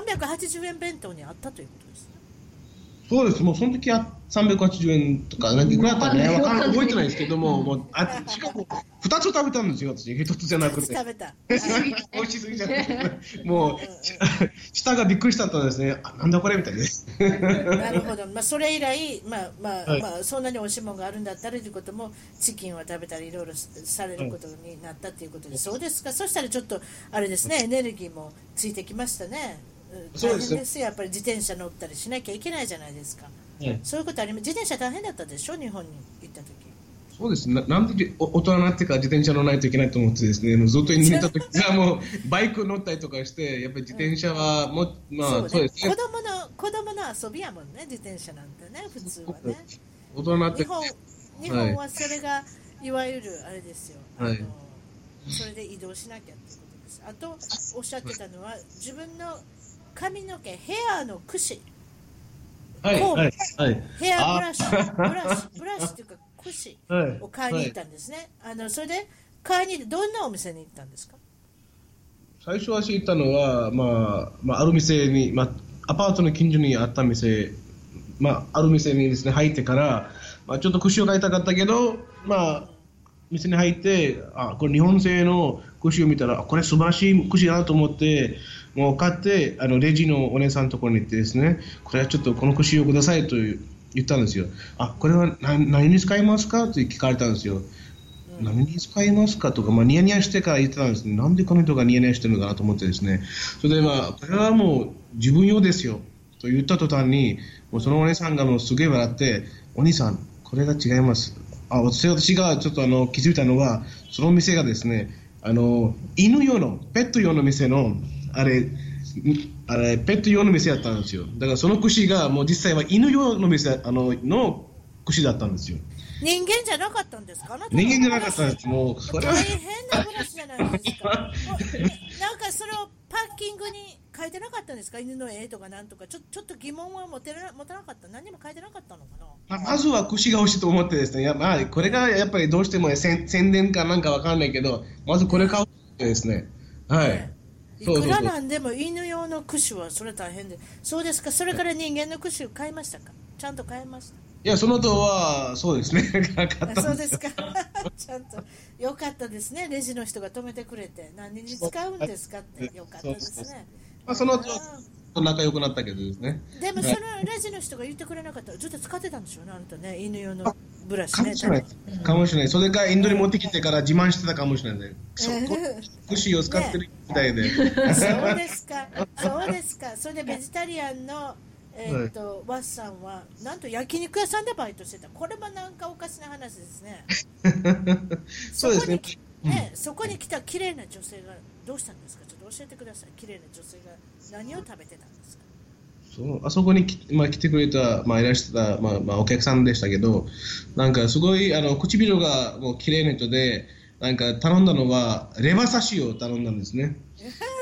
380円弁当にあったということですね。 そうです。もうその時は380円とか何くらいだったね、覚えてないですけども、しかも2つ食べたんですよ、私。1つじゃなくて。 食べた。 美味しすぎちゃって、もう舌がびっくりしたんですね。なんだこれみたいな。 なるほど。それ以来、そんなに美味しいものがあるんだったらということも、チキンは食べたりいろいろされることになったということで、そうですか。そしたらちょっとあれですね、エネルギーもついてきましたね。大変ですよ、やっぱり自転車乗ったりしなきゃいけないじゃないですか。そういうことあります。自転車大変だったでしょ、日本に行った時。 そうです。なんで大人になってから自転車乗らないといけないと思ってですね、ずっと寝た時はもうバイク乗ったりとかして、やっぱり自転車はそうですね。 子供の遊びやもんね、自転車なんてね、普通はね。 大人になって日本はそれがいわゆるあれですよ。それで移動しなきゃっていうことです。あとおっしゃってたのは、自分の髪の毛、ヘアの櫛、ヘアブラシというか櫛を買いに行ったんですね。それで買いに行ってどんなお店に行ったんですか？ 最初は知ったのは、ある店に、アパートの近所にあった店、ある店にですね入ってから、ちょっと櫛を買いたかったけど、店に入って、これ日本製の櫛を見たら、これ素晴らしい櫛だなと思って、もう買って、レジのお姉さんのところに行ってですね、これはちょっとこの櫛をくださいと言ったんですよ。これは何に使いますかと聞かれたんですよ。何に使いますかとか、ニヤニヤしてから言ってたんですね。なんでこの人がニヤニヤしてるのかなと思ってですね。それでこれはもう自分用ですよと言った途端に、もうそのお姉さんがもうすげえ笑って、お兄さん、これが違います。私がちょっと気づいたのは、その店がですね、犬用の、ペット用の店の、ペット用の店だったんですよ。だからその櫛がもう実際は犬用の店、の櫛だったんですよ。 人間じゃなかったんですか？ 人間じゃなかったんです。もうそれは大変なブラシじゃないですか。なんかそれをパッキングに書いてなかったんですか？犬の絵とかなんとか、ちょっと疑問は持たなかった。何も書いてなかったのかな。 まずは櫛が欲しいと思ってですね、これがやっぱりどうしても宣伝かなんかわかんないけど、まずこれ買うってですね。はい。 いくらなんでも犬用の櫛はそれ大変で。そうですか。それから人間の櫛を買いましたか？ちゃんと買いました？ いや、その後はそうですね。買ったんです。 そうですか。ちゃんとよかったですね。レジの人が止めてくれて、何に使うんですかってよかったですね。 その後仲良くなったけどですね。 でもそのレジの人が言ってくれなかったらずっと使ってたんでしょうね、あなたね、犬用のブラシね。 かもしれない。それがインドに持ってきてから自慢してたかもしれない。櫛を使ってるみたいで。 そうですか。そうですか。それでベジタリアンのワッさんはなんと焼肉屋さんでバイトしてた。これもなんかおかしな話ですね。 そうですね。 そこに来た綺麗な女性がどうしたんですか？ちょっと教えてください。綺麗な女性が何を食べてたんですか？ あそこに来てくれた、いらしてた、お客さんでしたけど、なんかすごい唇がもう綺麗な人で、なんか頼んだのはレバ刺しを頼んだんですね。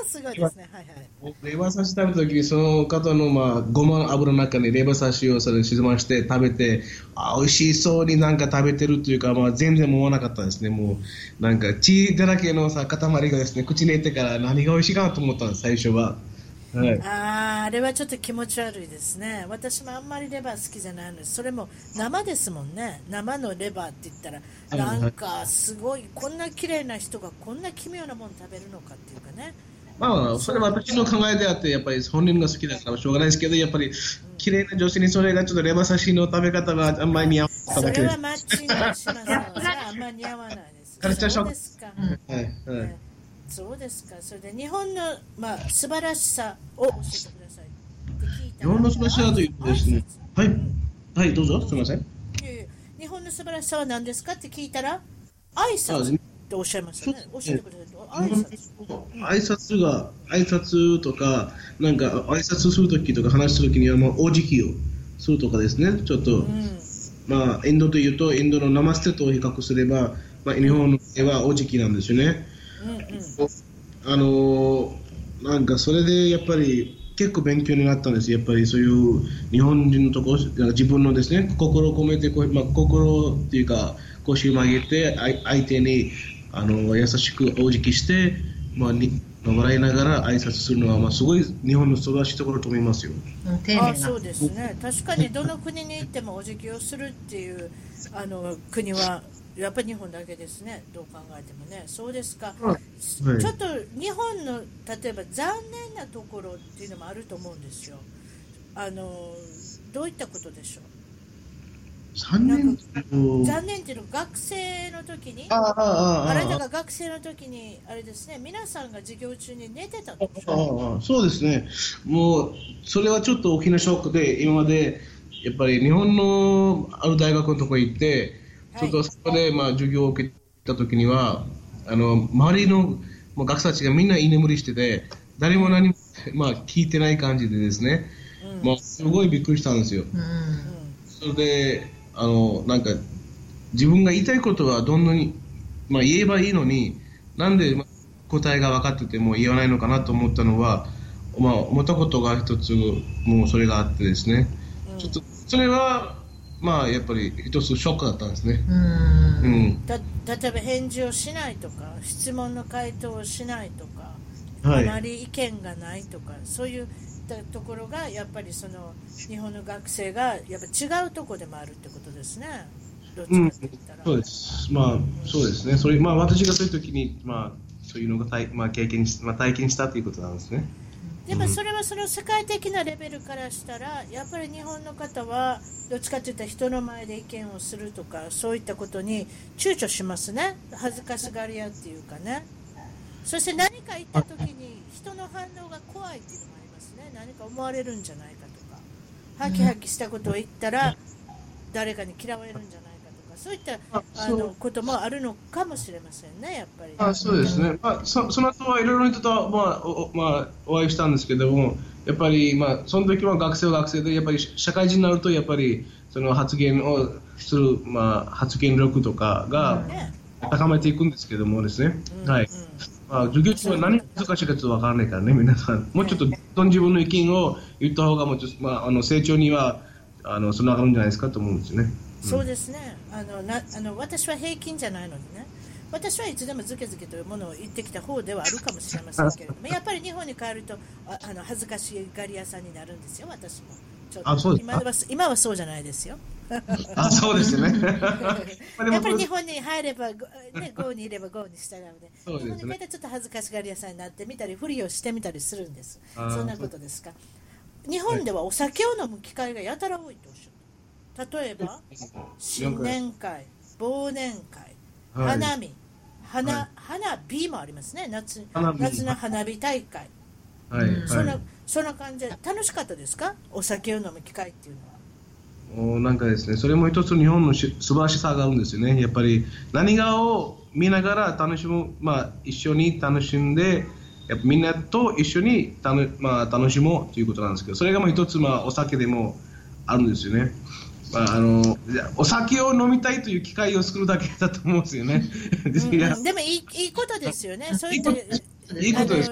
すごいですね。はいはい。 レバ刺し食べた時にその方のごま油の中にレバ刺しをそれ沈まして食べて、美味しそうになんか食べてるというか、全然思わなかったですね。もうなんか血だらけの塊がですね、口に入れてから何が美味しいかなと思ったんです、最初は。はい、 あれはちょっと気持ち悪いですね。私もあんまりレバー好きじゃないので、それも生ですもんね。生のレバーって言ったら、なんかすごい、こんな綺麗な人がこんな奇妙なもの食べるのかっていうかね。 それは私の考えであって、やっぱり本人が好きだからしょうがないですけど、やっぱり綺麗な女性にそれがちょっとレバ刺しの食べ方があんまり似合わないだけです。 それはマッチングしますよ。それはあんまり似合わないです。 カルチャーショック。 そうですか。そうですか。それで日本の、素晴らしさを教えてください。 日本の素晴らしさというとですね、はい、どうぞ、すみません。 日本の素晴らしさは何ですかって聞いたら、挨拶っておっしゃいましたね。教えてください。 挨拶とか、なんか挨拶するときとか話するときにはお辞儀をするとかですね、ちょっと、インドというと、インドのナマステと比較すれば、日本の絵はお辞儀なんですよね。なんかそれでやっぱり結構勉強になったんです。やっぱりそういう日本人のところ、自分のですね、心を込めて心っていうか腰を曲げて相手に優しくお辞儀して、笑いながら挨拶するのはすごい日本の素晴らしいところだと思いますよ。 そうですね。確かにどの国に行ってもお辞儀をするっていう国はやっぱり日本だけですね。どう考えてもね。そうですか。ちょっと日本の例えば残念なところっていうのもあると思うんですよ。どういったことでしょう。残念っていうのは学生の時にあなたが学生の時にあれですね、皆さんが授業中に寝てたんでしょ。 そうですね。もうそれはちょっと大きなショックで、今までやっぱり日本のある大学のところに行って、ちょっとそこで授業を受けた時には周りの学生たちがみんな居眠りしてて、誰も何も聞いてない感じでですね、すごいびっくりしたんですよ。それでなんか自分が言いたいことはどんなに、言えばいいのに、なんで答えが分かってても言わないのかなと思ったのは、思ったことが一つもうそれがあってですね、ちょっとそれはやっぱり一つショックだったんですね。 例えば返事をしないとか、質問の回答をしないとか、あまり意見がないとか、そういうところがやっぱりその日本の学生がやっぱ違うところでもあるってことですね。どっちかって言ったら。 そうです。そうですね。それ私がそういう時にそういうのが体験したということなんですね。 でもそれはその世界的なレベルからしたら、やっぱり日本の方はどっちかといったら人の前で意見をするとか、そういったことに躊躇しますね。恥ずかしがり屋っていうかね。そして何か言った時に人の反応が怖いっていうのもありますね。何か思われるんじゃないかとか、ハキハキしたことを言ったら誰かに嫌われるんじゃないかとか、そういったこともあるのかもしれませんね。やっぱりそうですね。その後はいろいろな人とお会いしたんですけども、やっぱりその時は学生でやっぱり社会人になるとやっぱりその発言をする発言力とかが高めていくんですけどもですね。授業中は何が難しいかちょっと分からないからね、皆さん。もうちょっと自分の意見を言った方がもうちょっと、成長にはつながるんじゃないですかと思うんですよね。 そうですね。私は平均じゃないのでね。私はいつでもズケズケというものを言ってきた方ではあるかもしれませんけれども、やっぱり日本に帰ると恥ずかしがり屋さんになるんですよ、私も。ちょっと今はそうじゃないですよ。 そうですね。 やっぱり日本に入れば、GO にいれば GO に従うで、日本に帰ってちょっと恥ずかしがり屋さんになってみたり、ふりをしてみたりするんです。そんなことですか。日本ではお酒を飲む機会がやたら多いとおっしゃる。例えば、新年会、忘年会、花見、花火もありますね。夏の花火大会。そんな感じで楽しかったですか？お酒を飲む機会っていうのは。 なんかですね、それも一つ日本の素晴らしさがあるんですよね。やっぱり何かを見ながら楽しむ、一緒に楽しんで、やっぱみんなと一緒に楽しもうということなんですけど、それが一つお酒でもあるんですよね。お酒を飲みたいという機会を作るだけだと思うんですよね。 でもいいことですよね。そういったいいことです。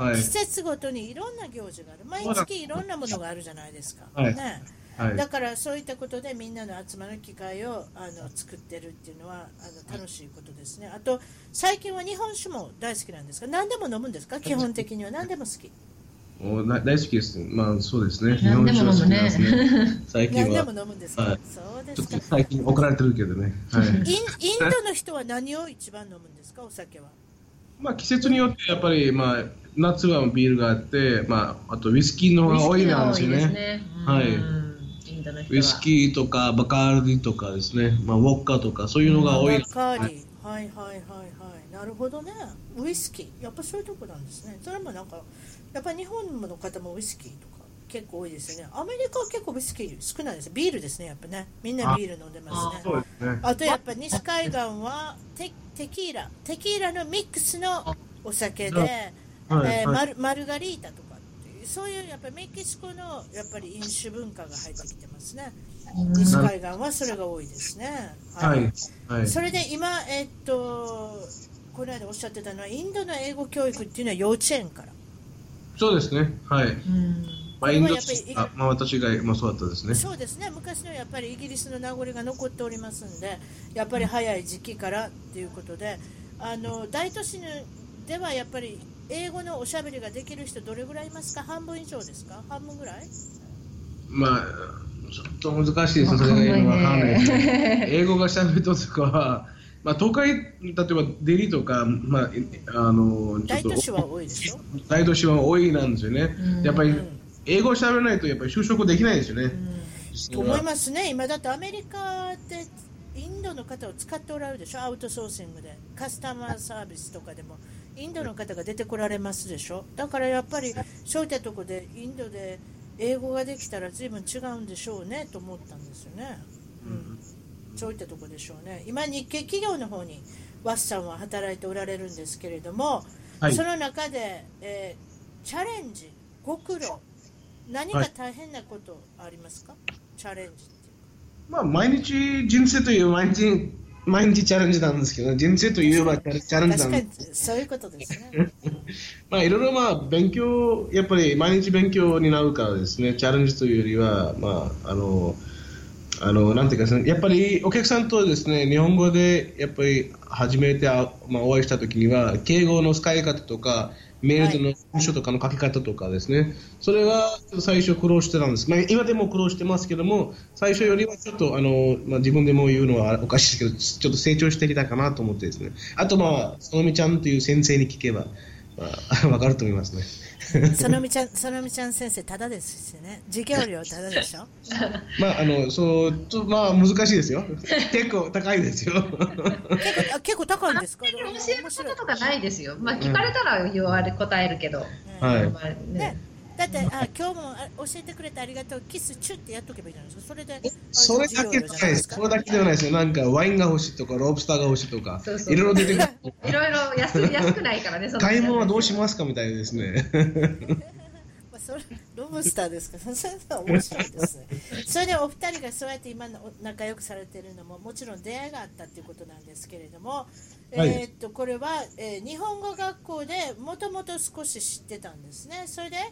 はい季節ごとにいろんな行事がある。毎月いろんなものがあるじゃないですか。 はいね。 はいだからそういったことでみんなの集まる機会を作ってるっていうのは楽しいことですね。あと最近は日本酒も大好きなんですか？何でも飲むんですか？基本的には何でも好き。 大好きです。まあそうですね。 何でも飲むね日本酒が好きなんですね。最近は。 何でも飲むんですか？ はいそうでちょっとすか。 最近怒られてるけどね。はい。 インドの人は何を一番飲むんですか？お酒は。 まあ季節によってやっぱりまあ夏はビールがあって、まああとウイスキーの方が多いなんですよね。はい。ウイスキーとかバカーディとかですね。まあウォッカとかそういうのが多い。 バカーディ。はいはいはいはい。なるほどね。ウイスキー。やっぱそういうとこなんですね。それもなんかやっぱり日本の方もウイスキーとか結構多いですよね。アメリカは結構ウイスキー少ないです。ビールですね、やっぱね。みんなビール飲んでますね。 そうですね。 あとやっぱ西海岸はテキーラのミックスのお酒で、マルガリータとかっていうそういうやっぱりメキシコのやっぱり飲酒文化が入ってきてますね。西海岸はそれが多いですね。 はいはい。 それで今この間おっしゃってたのはインドの英語教育っていうのは幼稚園から。 そうですね。はい。まあインドまあ私がまあそうだったですね。 そうですね。昔のやっぱりイギリスの名残が残っておりますんで、やっぱり早い時期からっていうことで、大都市ではやっぱり英語のおしゃべりができる人どれぐらいいますか？半分以上ですか？半分ぐらい？ まあちょっと難しいですね。それが今わかんないです。英語がしゃべるとか、まあ都会例えばデリとかまあ大都市は多いでしょ？ 大都市は多いなんですよね。やっぱり英語をしゃべらないとやっぱり就職できないですよね。 と思いますね。今だってアメリカでインドの方を使っておられるでしょ？アウトソーシングでカスタマーサービスとかでもインドの方が出てこられますでしょ？だからやっぱりそういったところでインドで英語ができたら随分違うんでしょうねと思ったんですよね。そういったところでしょうね。今日系企業の方にワッさんは働いておられるんですけれども、はい、その中で、チャレンジご苦労何が大変なことありますか？チャレンジっていうか、 まあ毎日人生という毎日チャレンジなんですけど、人生といえばチャレンジなんです。 確かにそういうことですね。 まあいろいろまあ勉強やっぱり毎日勉強になるからですね。チャレンジというよりはまあなんていうか、やっぱりお客さんとですね日本語でやっぱり初めてお会いしたときには敬語の使い方とかメールの文章とかの書き方とかですね、それが最初苦労してたんです。まあ、今でも苦労してますけども、最初よりはちょっとまあ、自分でも言うのはおかしいですけど、ちょっと成長してきたかなと思ってですね。あとまあ、そのみちゃんという先生に聞けば、まあ、わかると思いますね。 そのみちゃん先生ただですしね。授業料ただでしょ。 まあまあ難しいですよ。結構高いですよ。 結構高いんですか？ 教えることとかないですよ。まあ聞かれたら答えるけど。 はい。 ね。だって今日も教えてくれてありがとう、キスチュってやっとけばいいじゃないですか。それでそれだけではないです。それだけではないですよ。なんかワインが欲しいとかロブスターが欲しいとかいろいろ出てくる。 いろいろ安くないからね。 買い物はどうしますかみたいですね。 まあそれロブスターですか。それは面白いですね。それでお二人がそうやって今仲良くされているのももちろん出会いがあったっていうことなんですけれども、はい、これは、日本語学校でもともと少し知ってたんですね。それで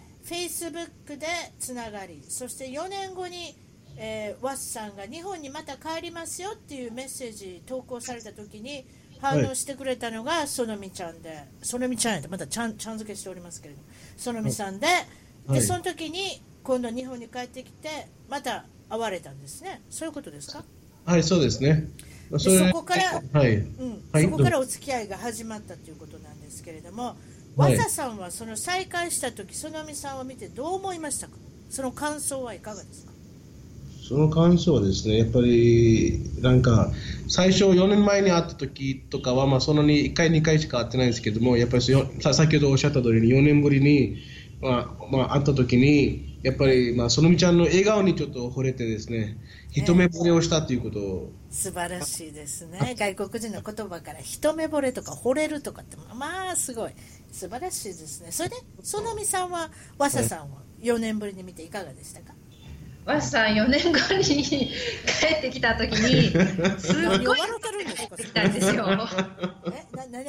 Facebook でつながり、そして4年後に、ワッさんが日本にまた帰りますよっていうメッセージ投稿された時に反応してくれたのがそのみちゃんで、そのみちゃんやってまたちゃん付けしておりますけれども、そのみさんで、でその時に今度日本に帰ってきてまた会われたんですね。そういうことですか？ はい、そうですね。 そこから、そこからお付き合いが始まったということなんですけれども、和田さんはその再会したとき、そのみさんを見てどう思いましたか？その感想はいかがですか？ その感想はですね、やっぱりなんか最初4年前に会った時とかは、まあ、そんなに1回2回しか会ってないんですけども、やっぱり先ほどおっしゃった通りに4年ぶりに、まあ、会った時にやっぱり、まあ、そのみちゃんの笑顔にちょっと惚れてですね、一目惚れをしたということを、 素晴らしいですね。外国人の言葉から一目惚れとか惚れるとかってまあすごい素晴らしいですね。それでそのみさんは和佐さんを4年ぶりに見ていかがでしたか？ 和佐さん4年後に帰ってきた時にすごい笑ってるんですか？ 来たんですよ。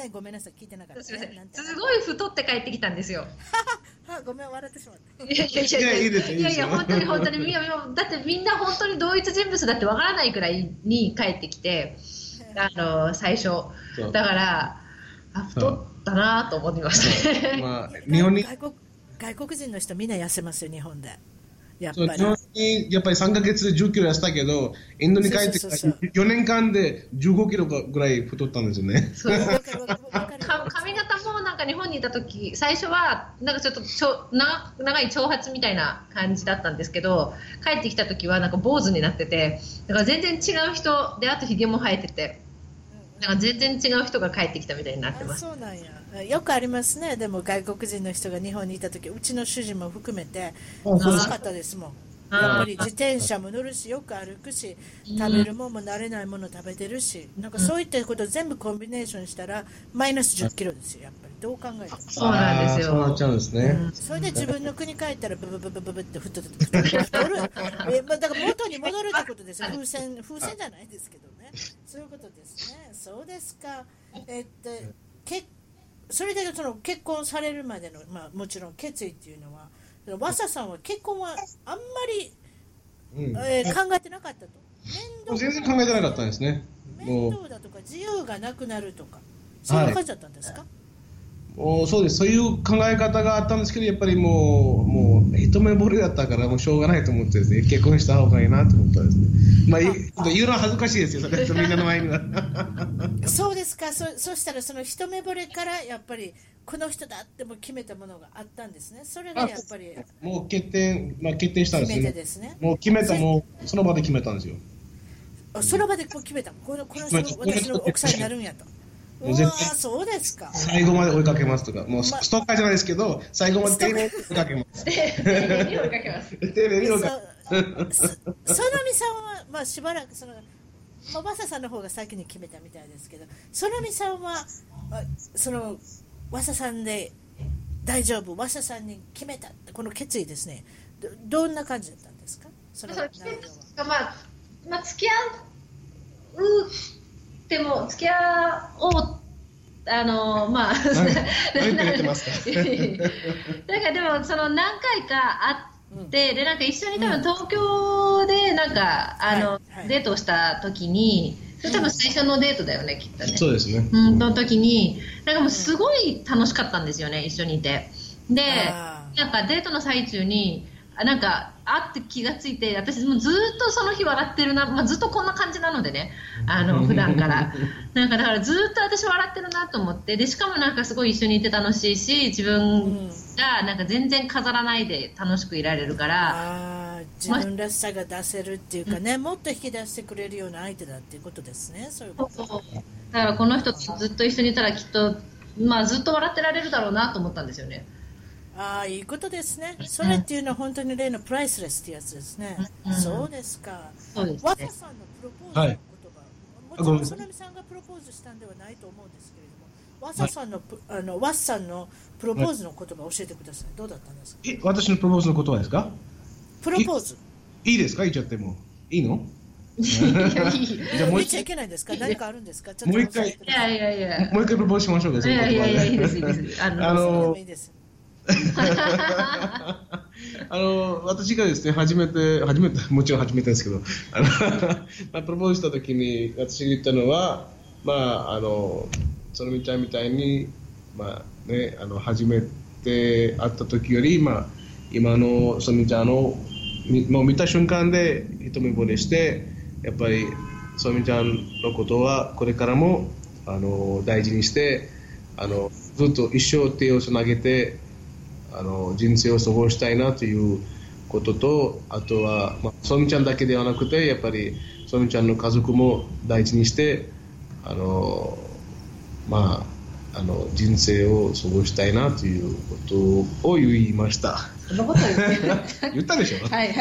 ごめんなさい、聞いてなかった。 すごい太って帰ってきたんですよ。 ごめん、笑ってしまった。 いやいや、本当に本当に、だってみんな本当に同一人物だってわからないくらいに帰ってきて、最初。だから、太ったなと思いましたね。 まあ、日本に外国人の人みんな痩せますよ、日本で。やっぱり日本にやっぱり3ヶ月で10キロ痩せたけど、インドに帰ってから4年間で15キロぐらい太ったんですよね。 髪型もなんか日本にいた時、最初はなんかちょっと長い長髪みたいな感じだったんですけど、帰ってきた時はなんか坊主になってて、だから全然違う人で、あとひげも生えてて、なんか全然違う人が帰ってきたみたいになってます。 そうなんや。よくありますね。でも外国人の人が日本にいた時、うちの主人も含めて長かったですもん。やっぱり自転車も乗るし、よく歩くし、食べるもんも慣れないもの食べてるし、なんかそういったことを全部コンビネーションしたらマイナス10キロですよ。やっぱりどう考えても。 そうなんですよ。 そうなっちゃうんですね。 それで自分の国帰ったらブブブブブブって太る。だから元に戻るってことですよ。風船じゃないですけどね。そういうことですね。そうですか。それでその結婚されるまでの、まあ、もちろん決意っていうのは、ワサさんは結婚はあんまり、考えてなかったと。 全然考えてなかったんですね。 面倒だとか自由がなくなるとか、そういう感じだったんですか？ そうです。そういう考え方があったんですけど、やっぱりもう一目惚れだったからもうしょうがないと思ってですね、結婚した方がいいなと思ったんですね。まあ、言うのは恥ずかしいですよ、それみんなの前には。 そうですか。そしたらその一目惚れからやっぱりこの人だっても決めたものがあったんですね。それがやっぱりもう決定したんですね。 決めてですね。 もう決めた、もうその場で決めたんですよ。 その場で決めた。この人私の奥さんになるんやと。そうですか。 最後まで追いかけますとか、もうストーカーじゃないですけど、最後まで丁寧に追いかけます。 丁寧に追いかけます。 丁寧に追いかけます。 そのみさんは、まあ、しばらくバサさんの方が先に決めたみたいですけど、そのみさんはワサさんで大丈夫、ワサさんに決めたってこの決意ですね。どんな感じだったんですか？その内容は。 まあ付き合うでも付き合おうまあ何言ってますか？ なんかでもその何回か会って、でなんか一緒に多分東京でなんかデートをした時に、それ多分最初のデートだよね、きっとね。 そうですね。 その時になんかもうすごい楽しかったんですよね、一緒にいて。でなんかデートの最中になんか会って気がついて、私もずっとその日笑ってるな、まあ、ずっとこんな感じなのでね、普段からなんかだからずっと私笑ってるなと思って、でしかもなんかすごい一緒にいて楽しいし、自分がなんか全然飾らないで楽しくいられるから、 自分らしさが出せるっていうかね、もっと引き出してくれるような相手だっていうことですね。そういうこと。 だからこの人とずっと一緒にいたらきっと、まあ、ずっと笑ってられるだろうなと思ったんですよね。 いいことですね。それっていうのは本当に例のプライスレスってやつですね。そうですか。 そうですね。 ワサさんのプロポーズの言葉、もちろんそなみさんがプロポーズしたんではないと思うんですけれども、ワサさんのプロポーズの言葉を教えてください。どうだったんですか？ 私のプロポーズの言葉ですか？ プロポーズ。 いいですか？言っちゃってもいいの？ じゃあもう一回いけないんですか？何かあるんですか？ もう一回。 いや。 もう一回プロポーズしましょうか。 いやいいですいいです。 いいです。 私がですね、もちろん初めてですけど、プロポーズしたときに私が言ったのは、そのみちゃんみたいに、初めて会ったときより、今のそのみちゃんのもう見た瞬間で一目惚れして、やっぱりそのみちゃんのことはこれからも大事にして、ずっと一生手をつなげて人生を過ごしたいなということと、あとは、ソミちゃんだけではなくて、やっぱりソミちゃんの家族も大事にして人生を過ごしたいなということを言いました。 そんなこと言ったでしょ？ はい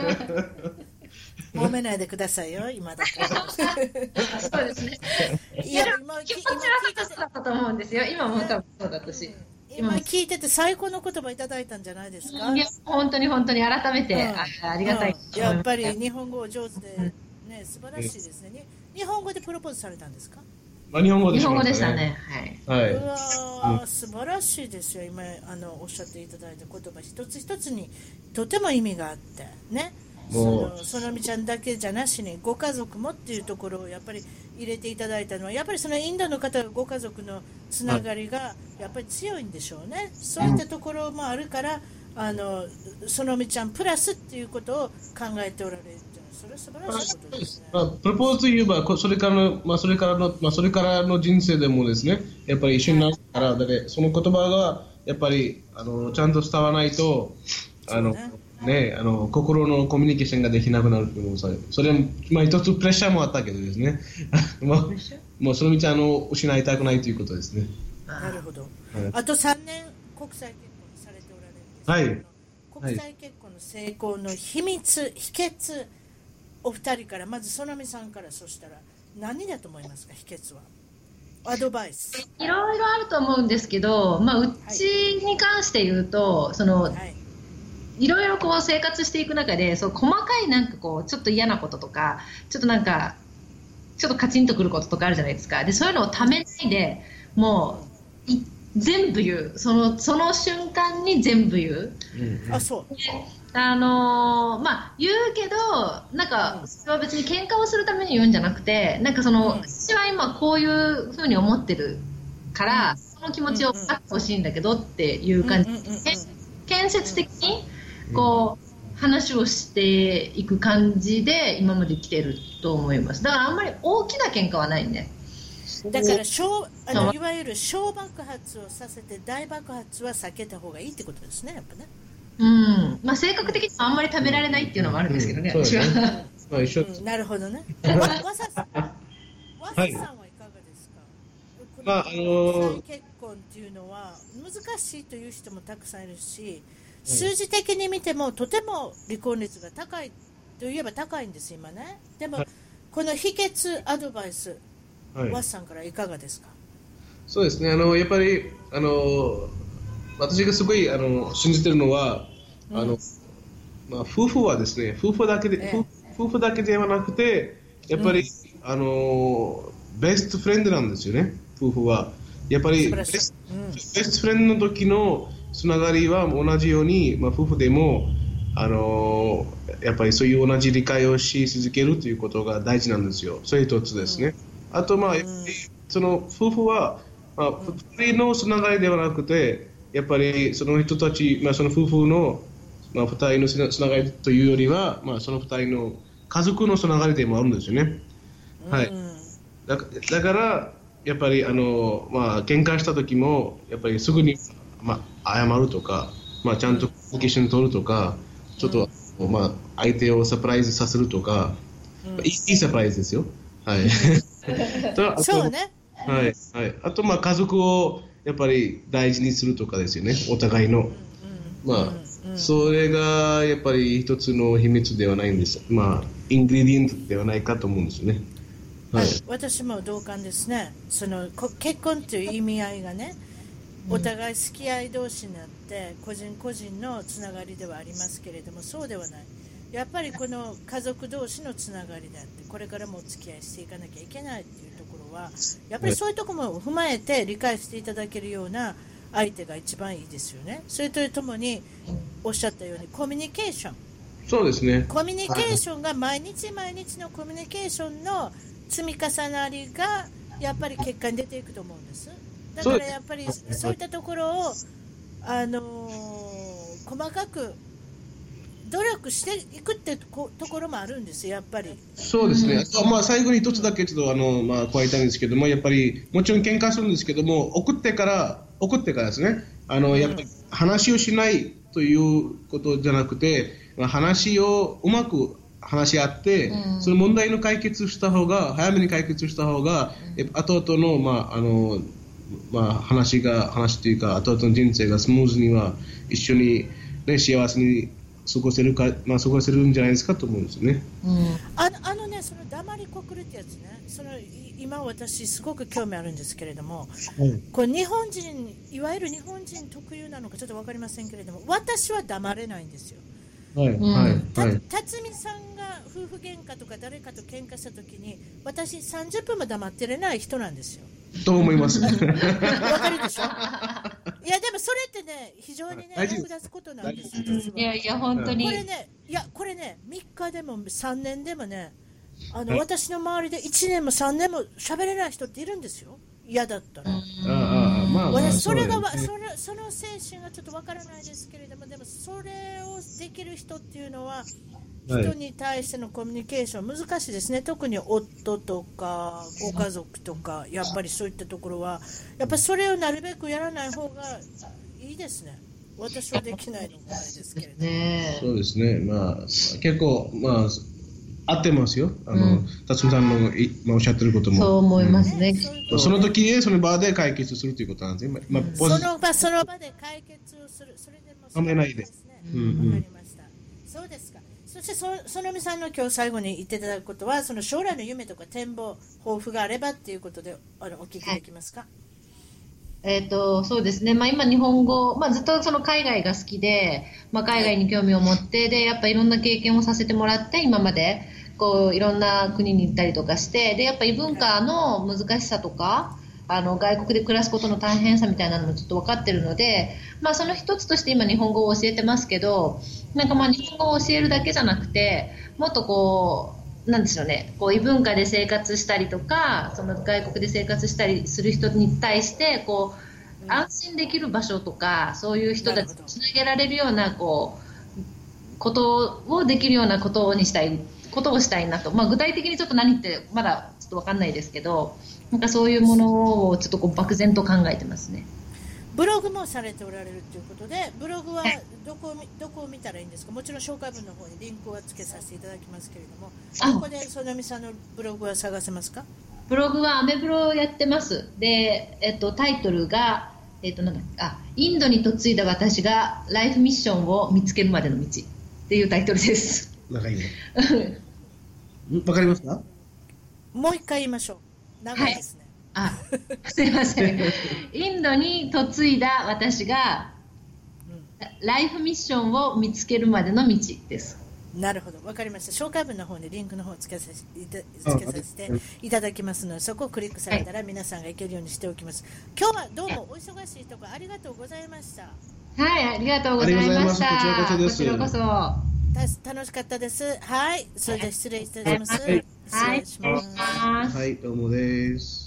揉めないでくださいよ、今だけ。 そうですね。いや、今聞いてだったと思うんですよ。今も多分そうだったし。 今聞いてて最高の言葉いただいたんじゃないですか？ いや、本当に改めて、ありがたい。 やっぱり日本語上手でね、素晴らしいですね。日本語でプロポーズされたんですか？ 日本語で日本しましたね。 語でしたね。はい。 はい。 うわー、素晴らしいですよ。今おっしゃっていただいた言葉一つ一つにとても意味があってね。そのみちゃんだけじゃなしにご家族もっていうところをやっぱり入れていただいたのは、やっぱりそのインドの方ご家族のつながりがやっぱり強いんでしょうね。そういったところもあるから、そのみちゃんプラスっていうことを考えておられるっていうのは、それは素晴らしいことですね。 プロポーズといえば、それからの人生でもですね、やっぱり一緒になるから、その言葉がやっぱりちゃんと伝わらないと、心のコミュニケーションができなくなるというのも、それは一つプレッシャーもあったけどですね、もうその道失いたくないということですね。 なるほど。あと3年国際結婚されておられるんですけど、はい、国際結婚の成功の秘密、秘訣、お二人から、まずそなみさんから、そしたら何だと思いますか、秘訣は。アドバイス。 いろいろあると思うんですけど、うちに関して言うと、いろいろこう生活していく中で、細かいちょっと嫌なこととか、ちょっとカチンとくることとかあるじゃないですか。で、そういうのをためないで、もう全部言う。その瞬間に全部言う。 あ、そう。 言うけど、それは別に喧嘩をするために言うんじゃなくて、私は今こういうふうに思ってるから、その気持ちを分かってほしいんだけどっていう感じで、建設的に話をしていく感じで今まで来てると思います。だからあんまり大きな喧嘩はないんで。 だからいわゆる小爆発をさせて大爆発は避けた方がいいってことですね、やっぱね。 性格的にあんまり食べられないっていうのもあるんですけどね、私は。 なるほどね。わささんはいかがですか。国際結婚っていうのは難しいという人もたくさんいるし、数字的に見てもとても離婚率が高いといえば高いんです今ね。でも、この秘訣アドバイス、ワスさんからいかがですか。 そうですね、やっぱり私がすごい信じてるのは、夫婦はですね、夫婦だけではなくて、やっぱり、ベストフレンドなんですよね、夫婦は。やっぱりベストフレンドの時のつながりは同じように、夫婦でもやっぱりそういう同じ理解をし続けるということが大事なんですよ。それ一つですね。あと、やっぱりその夫婦は、2人のつながりではなくて、やっぱりその人たち、その夫婦の、2人のつながりというよりは、その2人の家族のつながりでもあるんですよね。はい。だからやっぱり喧嘩した時もやっぱりすぐに、謝るとか、ちゃんとコミュニケーション取るとか、ちょっと、相手をサプライズさせるとか、いいサプライズですよ。はい。 そうね。 はい。あと、家族をやっぱり大事にするとかですよね、お互いの。それがやっぱり一つの秘密ではないんです。イングリディエントではないかと思うんですよね。 はい、私も同感ですね。その結婚という意味合いがね、お互い付き合い同士になって個人個人のつながりではありますけれども、そうではない。やっぱりこの家族同士のつながりであって、これからもお付き合いしていかなきゃいけないっていうところは、やっぱりそういうところも踏まえて理解していただけるような相手が一番いいですよね。それとともにおっしゃったようにコミュニケーション。 そうですね。 コミュニケーションが毎日毎日のコミュニケーションの積み重なりがやっぱり結果に出ていくと思うんです。だからやっぱりそういったところを細かく努力していくってところもあるんですやっぱり。 そうですね。最後に一つだけちょっと加えたいんですけども、やっぱりもちろん喧嘩するんですけども、送ってからですね。やっぱり話をしないということじゃなくて、話をうまく話し合って、その問題の解決した方が早めに解決した方が、後々の話というか後々の人生がスムーズには一緒に、ね、幸せに過ごせるんじゃないですかと思うんですよね。 その黙りこくるってやつね、今私すごく興味あるんですけれども、これ日本人、いわゆる日本人特有なのかちょっと分かりませんけれども、私は黙れないんですよ。辰巳さんが夫婦喧嘩とか誰かと喧嘩したときに、私30分も黙ってれない人なんですよ。 と思います。 わかるでしょ。いやでもそれってね、非常にね、役立つことなんですよ。実はいやいや本当に。 これね、3日でも3年でもね、私の周りで1年も3年も喋れない人っているんですよ。嫌だったら。それがその精神がちょっとわからないですけれども、でもそれをできる人っていうのは、人に対してのコミュニケーション難しいですね。特に夫とかご家族とか、やっぱりそういったところはやっぱりそれをなるべくやらない方がいいですね。私はできないのもあれですけれども、 そうですね。結構合ってますよ。辰巳さんのおっしゃってることも。 そう思いますね。 その時でその場で解決するということなんですね。 その場で解決をする。それでも構えないで。 わかりました。そうですか。そして園美さんの今日最後に言っていただくことは、その将来の夢とか展望、抱負があればっていうことでお聞きできますか。 そうですね。今日本語、ずっとその海外が好きで、海外に興味を持って、で、やっぱいろんな経験をさせてもらって、今まで、いろんな国に行ったりとかして、で、やっぱり異文化の難しさとか、外国で暮らすことの大変さみたいなのもちょっと分かってるので、その一つとして今日本語を教えてますけど、日本語を教えるだけじゃなくて、もっとなんでしょうね、異文化で生活したりとか、その外国で生活したりする人に対して安心できる場所とか、そういう人たちとつなげられるようなことをできるようなことをしたいなと、具体的にちょっと何ってまだちょっと分かんないですけど、そういうものをちょっと漠然と考えてますね。 ブログもされておられるということで、ブログはどこを見たらいいんですか。もちろん紹介文の方にリンクはつけさせていただきますけれども、どこで園美さんのブログは探せますか。 ブログはアメブロをやってます。で、タイトルが、インドに嫁いだ私がライフミッションを見つけるまでの道っていうタイトルです。 長いね。わかりますか。 もう一回言いましょう。長いですね。 すいません。インドに嫁いだ私が、ライフミッションを見つけるまでの道です。 なるほど、わかりました。紹介文の方にリンクの方をつけさせていただきますので、そこをクリックされたら皆さんが行けるようにしておきます。今日はどうもお忙しいところありがとうございました。 はい、ありがとうございました。 こちらこそ楽しかったです。はい、それで失礼いたします。 はい、失礼します。 はい、どうもです。